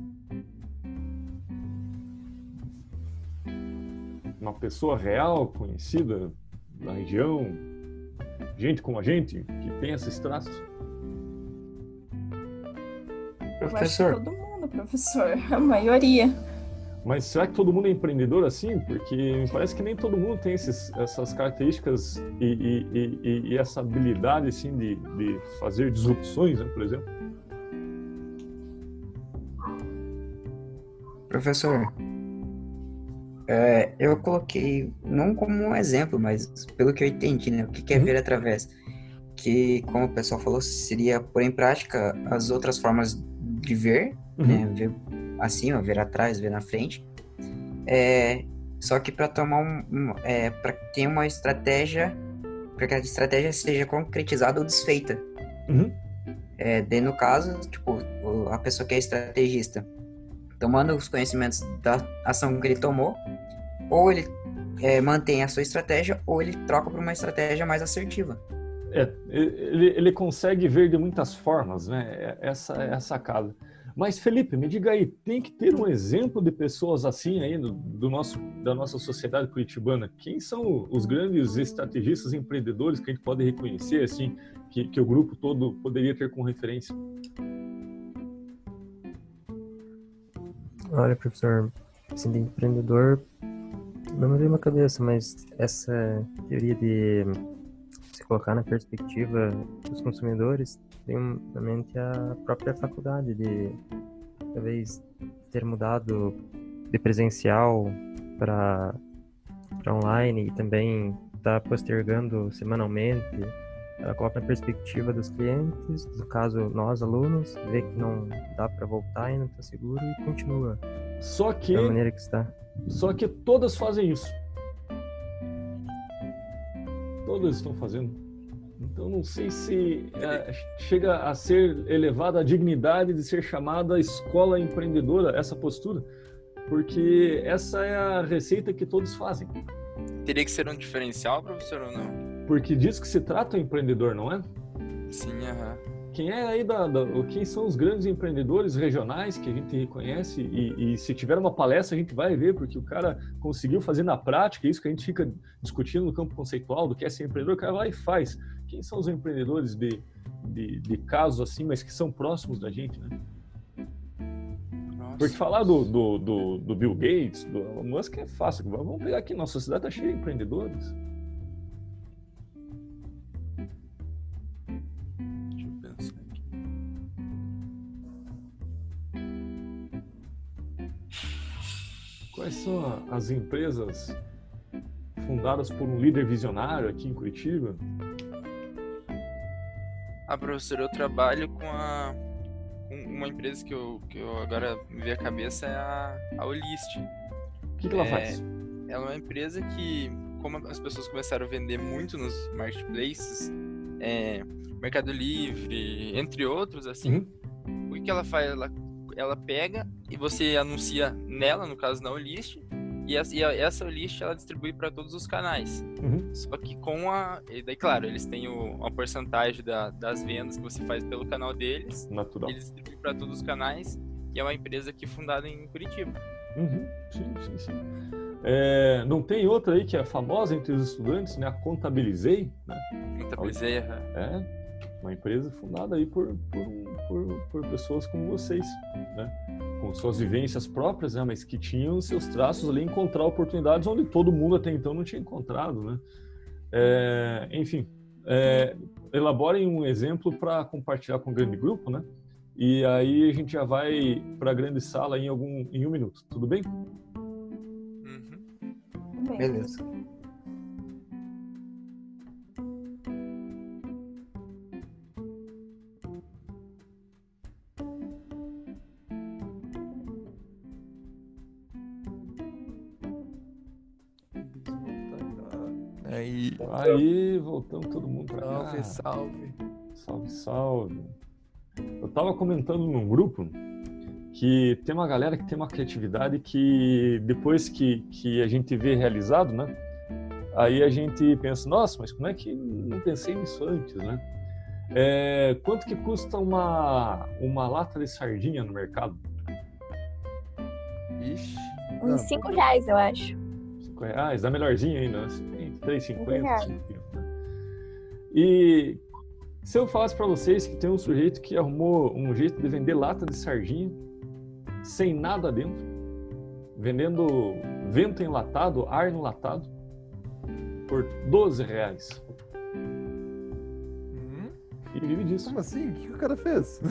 Uma pessoa real, conhecida da região, gente como a gente, que tem esses traços? Professor. Todo mundo, professor, a maioria. Mas será que todo mundo é empreendedor assim? Porque me parece que nem todo mundo tem essas características e essa habilidade assim, de fazer disrupções, né, por exemplo. Professor, eu coloquei, não como um exemplo, mas pelo que eu entendi, né? O que é ver através? Que, como o pessoal falou, seria pôr em prática as outras formas de ver, né? Ver acima, ver atrás, ver na frente. Só que para tomar para ter uma estratégia, para que a estratégia seja concretizada ou desfeita. Daí, no caso, tipo, a pessoa que é estrategista, tomando os conhecimentos da ação que ele tomou, ou ele mantém a sua estratégia, ou ele troca para uma estratégia mais assertiva. Ele consegue ver de muitas formas, né? Essa é a sacada. Mas, Felipe, me diga aí, tem que ter um exemplo de pessoas assim aí da nossa sociedade curitibana? Quem são os grandes estrategistas empreendedores que a gente pode reconhecer, assim, que o grupo todo poderia ter como referência? Olha, professor, assim, de empreendedor, não me veio na cabeça, mas essa teoria de se colocar na perspectiva dos consumidores, tenho na mente a própria faculdade de talvez ter mudado de presencial para online e também estar postergando semanalmente. Ela coloca na perspectiva dos clientes, no caso nós alunos, vê que não dá para voltar e não está seguro e continua da maneira que está. Só que todas fazem isso. Todas estão fazendo. Então, não sei se chega a ser elevada a dignidade de ser chamada escola empreendedora, essa postura, porque essa é a receita que todos fazem. Teria que ser um diferencial, professor, ou não? Porque disso que se trata o empreendedor, não é? Sim, aham. Quem é aí quem são os grandes empreendedores regionais que a gente reconhece e se tiver uma palestra a gente vai ver, porque o cara conseguiu fazer na prática isso que a gente fica discutindo no campo conceitual do que é ser empreendedor, o cara vai lá e faz. Quem são os empreendedores de casos assim, mas que são próximos da gente, né? Nossa. Porque falar do Bill Gates, do Elon Musk é fácil. Vamos pegar aqui, nossa sociedade está cheia de empreendedores. Quais são as empresas fundadas por um líder visionário aqui em Curitiba? Professor, eu trabalho com uma empresa que eu agora me veio à cabeça, é a Olist. O que ela faz? Ela é uma empresa que, como as pessoas começaram a vender muito nos marketplaces, Mercado Livre, entre outros, assim, o que ela faz? Ela pega e você anuncia nela, no caso na Olist, e essa Olist ela distribui para todos os canais. Só que e daí, claro, eles têm uma porcentagem das vendas que você faz pelo canal deles. Natural. Eles distribuem para todos os canais, e é uma empresa aqui fundada em Curitiba. Sim. Não tem outra aí que é famosa entre os estudantes, né? A Contabilizei, né? Contabilizei, uma empresa fundada aí por pessoas como vocês, né? Com suas vivências próprias, né? Mas que tinham seus traços ali, encontrar oportunidades onde todo mundo até então não tinha encontrado, né? Enfim, elaborem um exemplo para compartilhar com o grande grupo, né? E aí a gente já vai para a grande sala em um minuto, tudo bem? Beleza. Aí voltamos todo mundo para cá. Salve. Salve. Eu tava comentando num grupo que tem uma galera que tem uma criatividade que depois que a gente vê realizado, né? Aí a gente pensa, nossa, mas como é que não pensei nisso antes, né? Quanto que custa uma lata de sardinha no mercado? Ixi. Uns R$5, eu acho. R$5, dá melhorzinho ainda, né? R$3,50. E se eu falasse para vocês que tem um sujeito que arrumou um jeito de vender lata de sardinha sem nada dentro, vendendo vento enlatado, ar enlatado, por R$12. E vive disso. Como assim? O que o cara fez?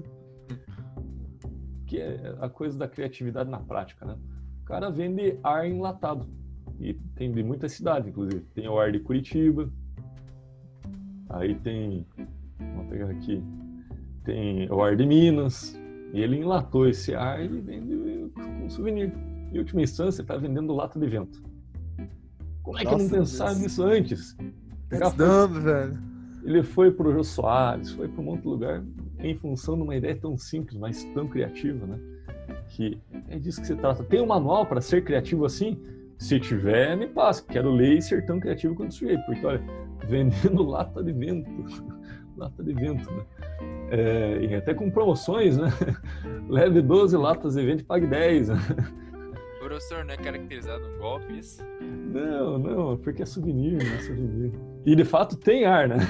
Que é a coisa da criatividade na prática, né? O cara vende ar enlatado. E tem de muita cidade, inclusive. Tem o ar de Curitiba. Aí tem... Vamos pegar aqui. Tem o ar de Minas. E ele enlatou esse ar e vende como souvenir. Em última instância, ele está vendendo lata de vento. Como é que eu não pensava nisso antes? Velho. Ele foi pro Jô Soares, foi para um monte de lugar em função de uma ideia tão simples, mas tão criativa, né? Que é disso que se trata. Tem um manual para ser criativo assim? Se tiver, me passa. Quero ler e ser tão criativo quanto o sujeito. Porque, olha, vendendo lata de vento. Lata de vento, né? E até com promoções, né? Leve 12 latas de vento e pague 10. Né? Professor, não é caracterizado um golpe isso? Não, porque é souvenir, né? Souvenir. E de fato tem ar, né?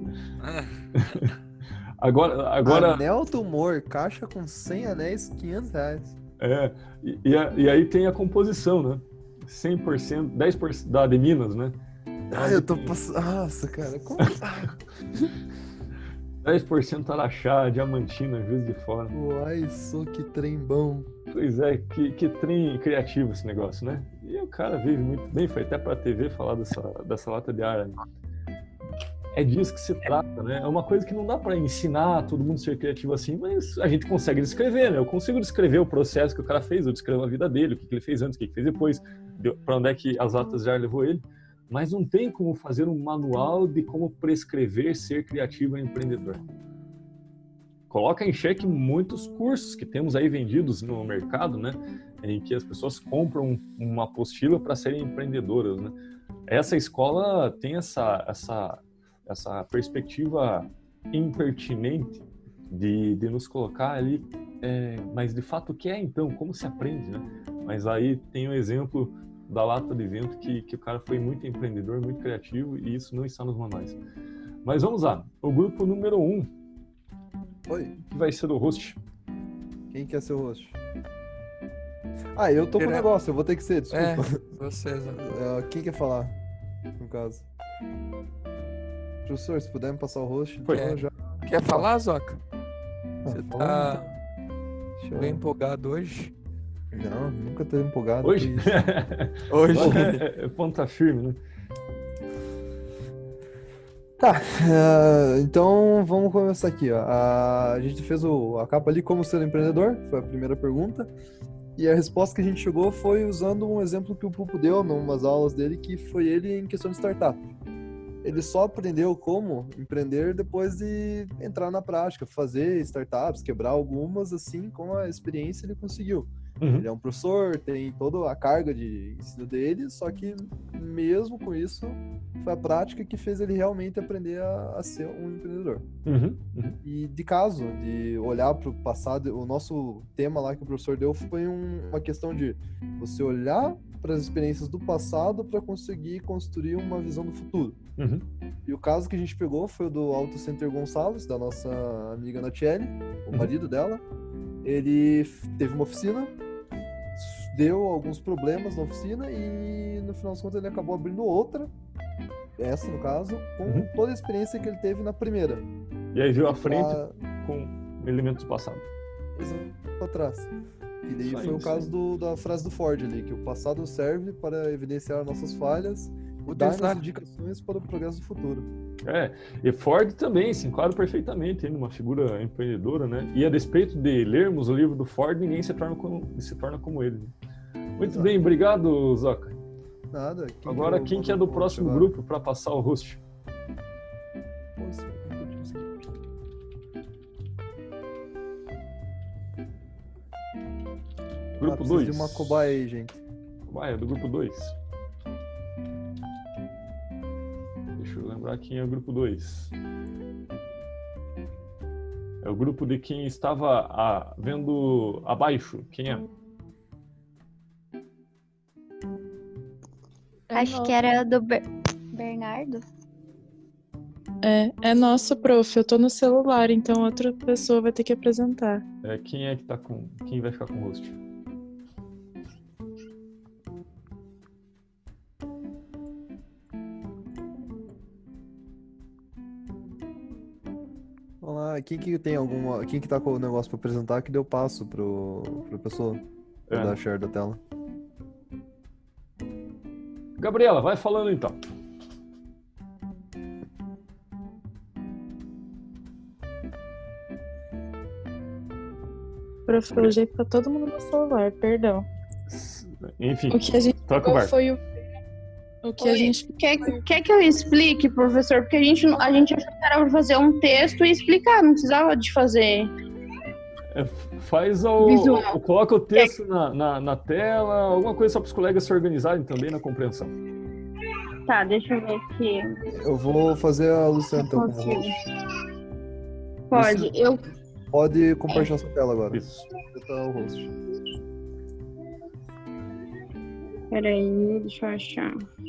Agora... Anel do humor, caixa com 100 anéis, R$500. E aí tem a composição, né? 100%, 10% da de Minas, né? Eu tô passando... Nossa, cara, como... 10% Araxá, Diamantina, Juiz de Fora. Uai, só que trem bom. Pois é, que trem criativo esse negócio, né? E o cara vive muito bem, foi até pra TV falar dessa lata de ar. É disso que se trata, né? É uma coisa que não dá pra ensinar todo mundo a ser criativo assim, mas a gente consegue descrever, né? Eu consigo descrever o processo que o cara fez, eu descrevo a vida dele, o que ele fez antes, o que ele fez depois, pra onde é que as latas de ar levou ele. Mas não tem como fazer um manual de como prescrever ser criativo e empreendedor. Coloca em xeque muitos cursos que temos aí vendidos no mercado, né? Em que as pessoas compram uma apostila para serem empreendedoras, né? Essa escola tem essa perspectiva impertinente de nos colocar ali, mas de fato o que é então? Como se aprende, né? Mas aí tem o exemplo da lata de vento que o cara foi muito empreendedor, muito criativo, e isso não está nos manuais. Mas vamos lá, o grupo número 1. Oi. Que vai ser o host. Quem quer ser o host? Eu tô com o negócio, eu vou ter que ser, desculpa. Vocês. Quem quer falar, no caso? Professor, se puder me passar o host, então eu já... Quer falar, Zoca? Você tá bem empolgado hoje? Não, nunca tô empolgado. Hoje? Hoje. Ponta firme, né? Tá, então vamos começar aqui, ó. A gente fez a capa ali, como ser empreendedor, foi a primeira pergunta. E a resposta que a gente chegou foi usando um exemplo que o Pupo deu em umas aulas dele, que foi ele em questão de startup. Ele só aprendeu como empreender depois de entrar na prática, fazer startups, quebrar algumas, assim, com a experiência ele conseguiu. Uhum. Ele é um professor, tem toda a carga de ensino dele, só que mesmo com isso, foi a prática que fez ele realmente aprender a ser um empreendedor. Uhum. E de caso, de olhar para o passado, o nosso tema lá que o professor deu foi uma questão de você olhar para as experiências do passado para conseguir construir uma visão do futuro. Uhum. E o caso que a gente pegou foi o do Auto Center Gonçalves, da nossa amiga Natiele, o marido dela. Ele teve uma oficina, deu alguns problemas na oficina e no final das contas ele acabou abrindo outra, essa no caso, com toda a experiência que ele teve na primeira. E aí viu a frente com elementos do passado. Exato, para trás. E daí foi o caso da frase do Ford ali, que o passado serve para evidenciar nossas falhas e dar indicações para o progresso do futuro. E Ford também se enquadra perfeitamente numa figura empreendedora, né? E a despeito de lermos o livro do Ford, ninguém se torna como ele. Muito bem, obrigado, Zoca. Nada. Agora, quem que é do próximo grupo para passar o host? Grupo 2. De uma cobaia aí, gente. Cobaia, do grupo 2. Deixa eu lembrar quem é o grupo 2. É o grupo de quem estava vendo abaixo. Quem é? Acho que era do Bernardo. É nosso, prof. Eu tô no celular, então outra pessoa vai ter que apresentar. Quem é que tá com... Quem vai ficar com o host? Vamos lá, quem que tem alguma... Quem que tá com o negócio pra apresentar que deu passo pra pessoa dar share da tela? Gabriela, vai falando então. Prof, pelo jeito tá todo mundo no celular, perdão. Enfim, o que a gente toca o barco. Foi o que a gente... Quer que eu explique, professor? Porque a gente achou que era pra fazer um texto e explicar, não precisava de fazer... Coloca o texto na tela, alguma coisa só para os colegas se organizarem também na compreensão. Tá, deixa eu ver aqui. Eu vou fazer a Luciana então como Consigo. host. Pode, eu. Pode compartilhar sua tela agora. Isso. Você tá o host. Peraí, deixa eu achar.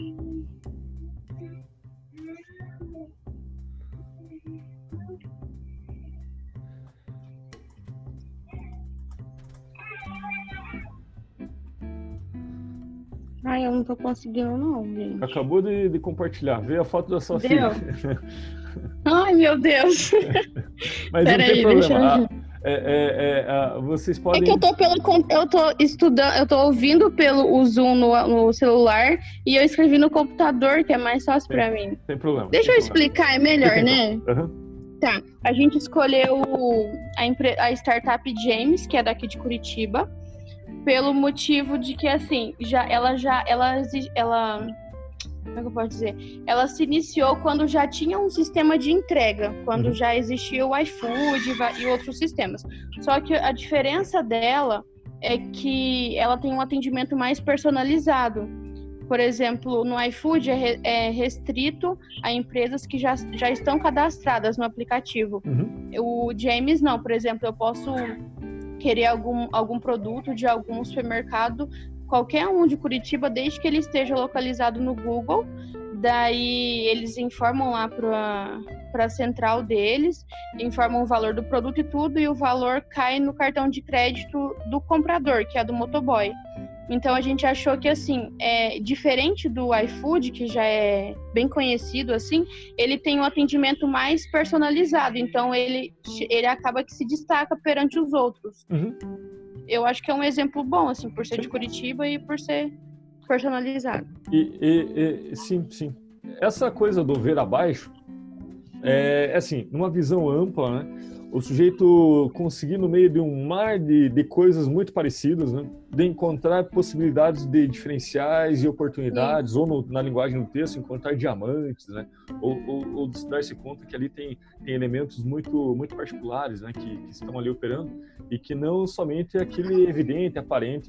Ai, eu não tô conseguindo não, gente. Acabou de compartilhar. Vê a foto da sua Deu? filha. Ai, meu Deus. Mas Peraí, não tem deixa eu problema. ver. Vocês É podem... que eu tô estudando, eu tô ouvindo pelo Zoom no celular e eu escrevi no computador, que é mais fácil pra mim. Tem problema. Deixa eu explicar, é melhor, né? Uhum. Tá, a gente escolheu a startup James, que é daqui de Curitiba, pelo motivo de que, assim, como é que eu posso dizer? Ela se iniciou quando já tinha um sistema de entrega, quando já existia o iFood e outros sistemas. Só que a diferença dela é que ela tem um atendimento mais personalizado. Por exemplo, no iFood é restrito a empresas que já estão cadastradas no aplicativo. O James não, por exemplo, eu posso querer algum produto de algum supermercado, qualquer um de Curitiba, desde que ele esteja localizado no Google. Daí eles informam lá para a central deles, informam o valor do produto e tudo, e o valor cai no cartão de crédito do comprador, que é do motoboy. Então a gente achou que, assim, diferente do iFood, que já é bem conhecido, assim, ele tem um atendimento mais personalizado, então ele acaba que se destaca perante os outros. Eu acho que é um exemplo bom, assim, por ser de Curitiba e por ser personalizado. Sim. Essa coisa do ver abaixo é assim, numa visão ampla, né? O sujeito conseguir, no meio de um mar de coisas muito parecidas, né? De encontrar possibilidades de diferenciais e oportunidades, ou na linguagem do texto, encontrar diamantes, né? Ou dar-se conta que ali tem elementos muito, muito particulares, né? Que estão ali operando, e que não somente é aquele evidente, aparente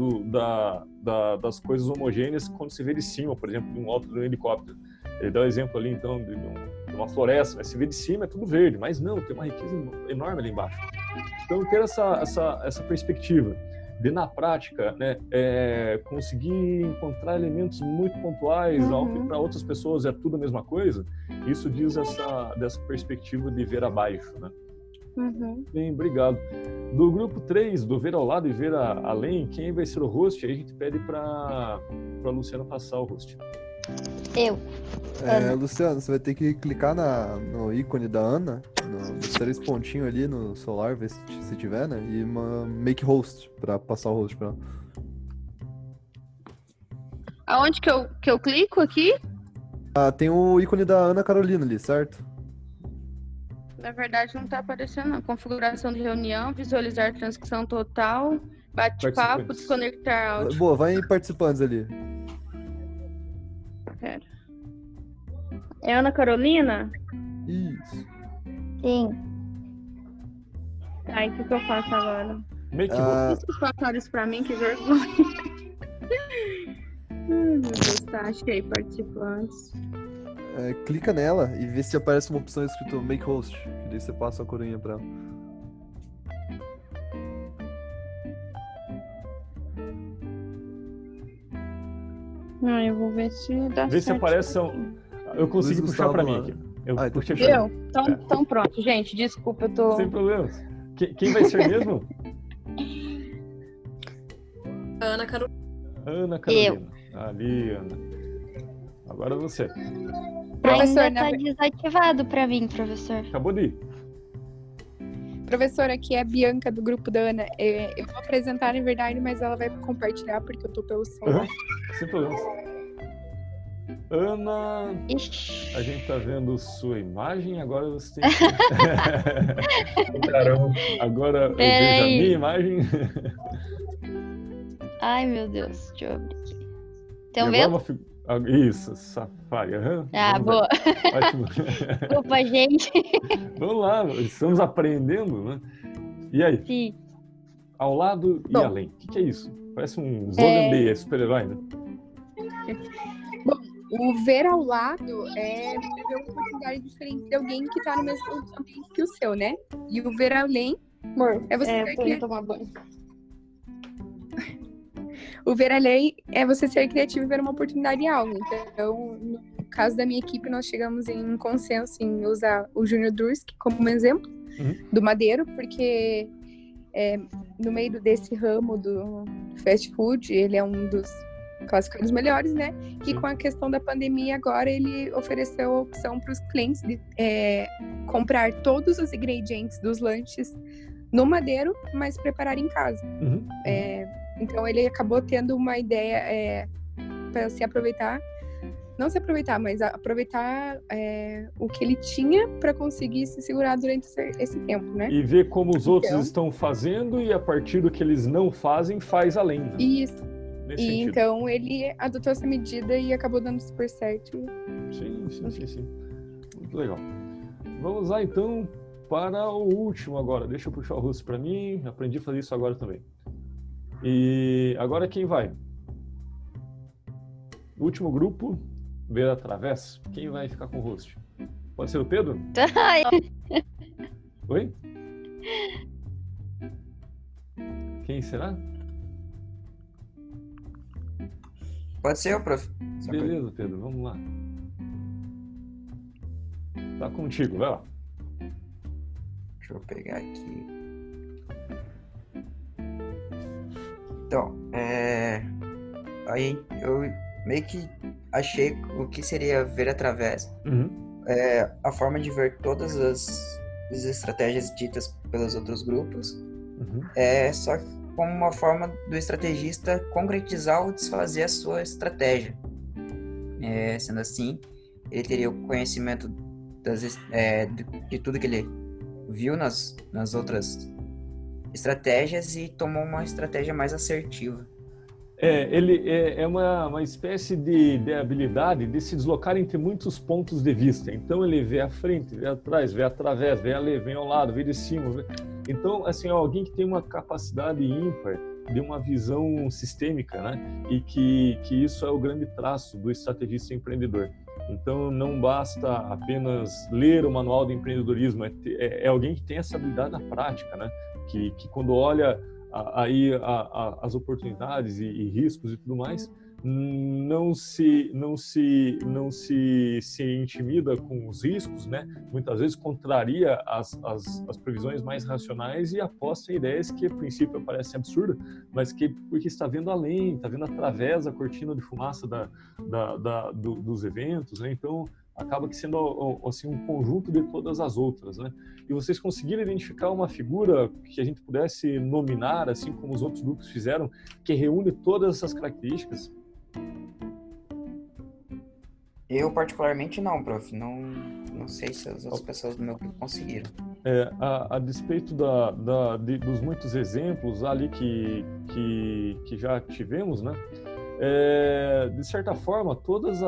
das coisas homogêneas quando se vê de cima, por exemplo, de um helicóptero. Ele dá o exemplo ali, então, de uma floresta, né? Se vê de cima é tudo verde, mas não, tem uma riqueza enorme ali embaixo. Então, ter essa perspectiva de, na prática, né, conseguir encontrar elementos muito pontuais, algo que para outras pessoas é tudo a mesma coisa, isso diz dessa perspectiva de ver abaixo, né? Bem, obrigado. Do grupo 3, do ver ao lado e ver além, quem vai ser o host? Aí a gente pede para Luciana passar o host. Eu. Luciano, você vai ter que clicar no ícone da Ana, nos 3 pontinhos ali no celular, ver se tiver, né? E make host, pra passar o host pra ela. Aonde que eu clico aqui? Tem o ícone da Ana Carolina ali, certo? Na verdade não tá aparecendo não. Configuração de reunião, visualizar transcrição total, bate-papo, desconectar áudio. Boa, vai em participantes ali. Pera. É Ana Carolina? Isso. Sim. Tá, e o que eu faço agora? Vocês passaram isso pra mim, que vergonha. Ai, meu Deus, tá, achei participantes. Clica nela e vê se aparece uma opção escrito Make Host, que daí você passa a coroinha pra ela. Eu vou ver se dá certo. Vê se aparece. Eu consegui puxar pra mim aqui. Eu puxei pra mim. Então pronto, gente, desculpa, eu tô... Sem problemas. Quem vai ser mesmo? Ana Carolina. Ana Carolina. Ali, Ana. Agora você. Professor, ainda tá desativado pra mim, professor. Acabou de ir. Professora, aqui é a Bianca do grupo da Ana. Eu vou apresentar, na verdade, mas ela vai compartilhar porque eu tô pelo celular. Sem problemas. Ana, a gente tá vendo sua imagem, agora você tem que... Caramba. Agora eu vejo a minha imagem. Ai, meu Deus, deixa eu abrir aqui. Estão vendo? Isso, Safari. Boa. Ótimo. Desculpa, gente. Vamos lá, estamos aprendendo, né? E aí? Sim. Ao lado e além. O que é isso? Parece um slogan de super-herói, né? Bom, O ver ao lado é ver uma oportunidade diferente de alguém que tá no mesmo ambiente que o seu, né? E o ver além é você eu tô indo tomar banho. O ver além é você ser criativo e ver uma oportunidade em algo. Então, no caso da minha equipe, nós chegamos em consenso em usar o Júnior Durski como um exemplo do Madeiro, porque no meio desse ramo do fast food, ele é um dos classificados melhores, né? Que com a questão da pandemia agora, ele ofereceu a opção para os clientes de comprar todos os ingredientes dos lanches no Madeiro, mas preparar em casa. Então ele acabou tendo uma ideia para se aproveitar, não se aproveitar, mas aproveitar o que ele tinha para conseguir se segurar durante esse tempo, né? E ver como os outros estão fazendo e a partir do que eles não fazem, faz além. Né? Isso. E então ele adotou essa medida e acabou dando super certo. Sim. Muito legal. Vamos lá então para o último agora. Deixa eu puxar o rosto para mim. Aprendi a fazer isso agora também. E agora quem vai? O último grupo, ver através. Quem vai ficar com o host? Pode ser o Pedro? Oi? Quem será? Pode ser eu, prof. Beleza, Pedro, vamos lá. Tá contigo, vai lá. Deixa eu pegar aqui. Então, aí eu meio que achei o que seria ver através. A forma de ver todas as estratégias ditas pelos outros grupos. Só como uma forma do estrategista concretizar ou desfazer a sua estratégia. Sendo assim, ele teria o conhecimento de tudo que ele viu nas outras estratégias e tomou uma estratégia mais assertiva. Ele é uma espécie de habilidade de se deslocar entre muitos pontos de vista. Então ele vê à frente, vê atrás, vê através, vê ali, vem ao lado, vê de cima. Então, assim, alguém que tem uma capacidade ímpar de uma visão sistêmica, né? E que isso é o grande traço do estrategista empreendedor. Então, não basta apenas ler o manual de empreendedorismo, é alguém que tem essa habilidade na prática, né? Que quando olha aí as oportunidades e riscos e tudo mais, não se intimida com os riscos, né? Muitas vezes contraria as previsões mais racionais e aposta em ideias que a princípio parecem absurdas, mas porque está vendo além, está vendo através da cortina de fumaça dos eventos, né? Então acaba que sendo assim um conjunto de todas as outras, né? E vocês conseguiram identificar uma figura que a gente pudesse nominar, assim como os outros grupos fizeram, que reúne todas essas características? Eu particularmente não, prof. Não sei se as outras pessoas do meu grupo conseguiram. A despeito dos muitos exemplos ali que já tivemos, né? De certa forma, todas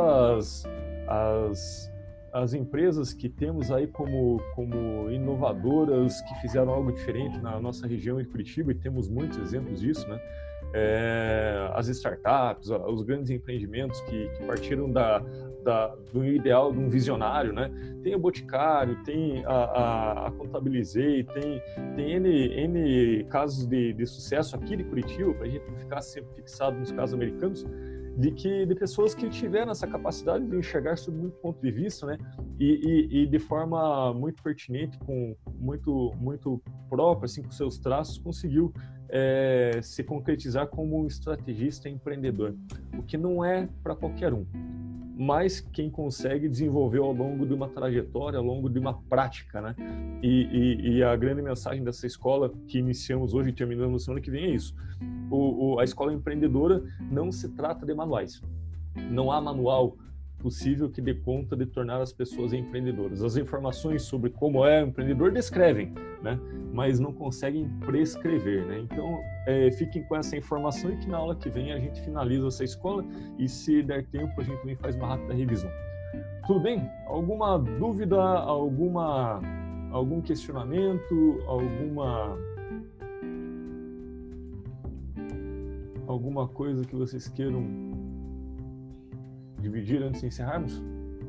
as empresas que temos aí como inovadoras, que fizeram algo diferente na nossa região de Curitiba, e temos muitos exemplos disso, né? As startups, os grandes empreendimentos que partiram do ideal de um visionário, né? Tem o Boticário, tem a Contabilizei, tem N casos de sucesso aqui de Curitiba, para a gente não ficar sempre fixado nos casos americanos, de pessoas que tiveram essa capacidade de enxergar sob muito ponto de vista, né? E de forma muito pertinente, com muito própria, assim, com seus traços, conseguiu se concretizar como um estrategista empreendedor, o que não é para qualquer um, mas quem consegue desenvolver ao longo de uma trajetória, ao longo de uma prática, né? E a grande mensagem dessa escola que iniciamos hoje e terminamos na semana que vem é isso. A escola empreendedora não se trata de manuais. Não há manual possível que dê conta de tornar as pessoas empreendedoras. As informações sobre como é um empreendedor descrevem, né? Mas não conseguem prescrever, né? Então, fiquem com essa informação e que na aula que vem a gente finaliza essa escola e, se der tempo, a gente também faz uma rápida revisão. Tudo bem? Alguma dúvida, algum questionamento, alguma coisa que vocês queiram de dividir antes de encerrarmos?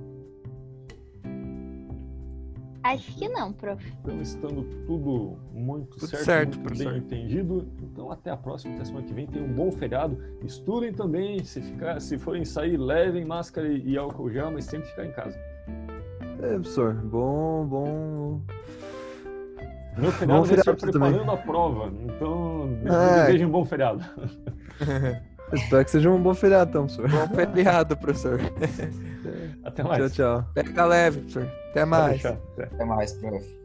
Acho que não, prof. Então, estando tudo muito Tudo certo, certo, muito professor. bem entendido, então até a próxima, até semana que vem. Tenham um bom feriado. Estudem também, se forem sair, levem máscara e álcool gel, mas sempre ficar em casa. Professor, bom. Meu Bom feriado vai ser feriado preparando também. a prova, então É. desejem um bom feriado. Espero que seja um bom feriado, então, professor. Bom feriado, professor. Até mais. Tchau. Pega leve, professor. Até mais. Pode deixar. Até mais, prof.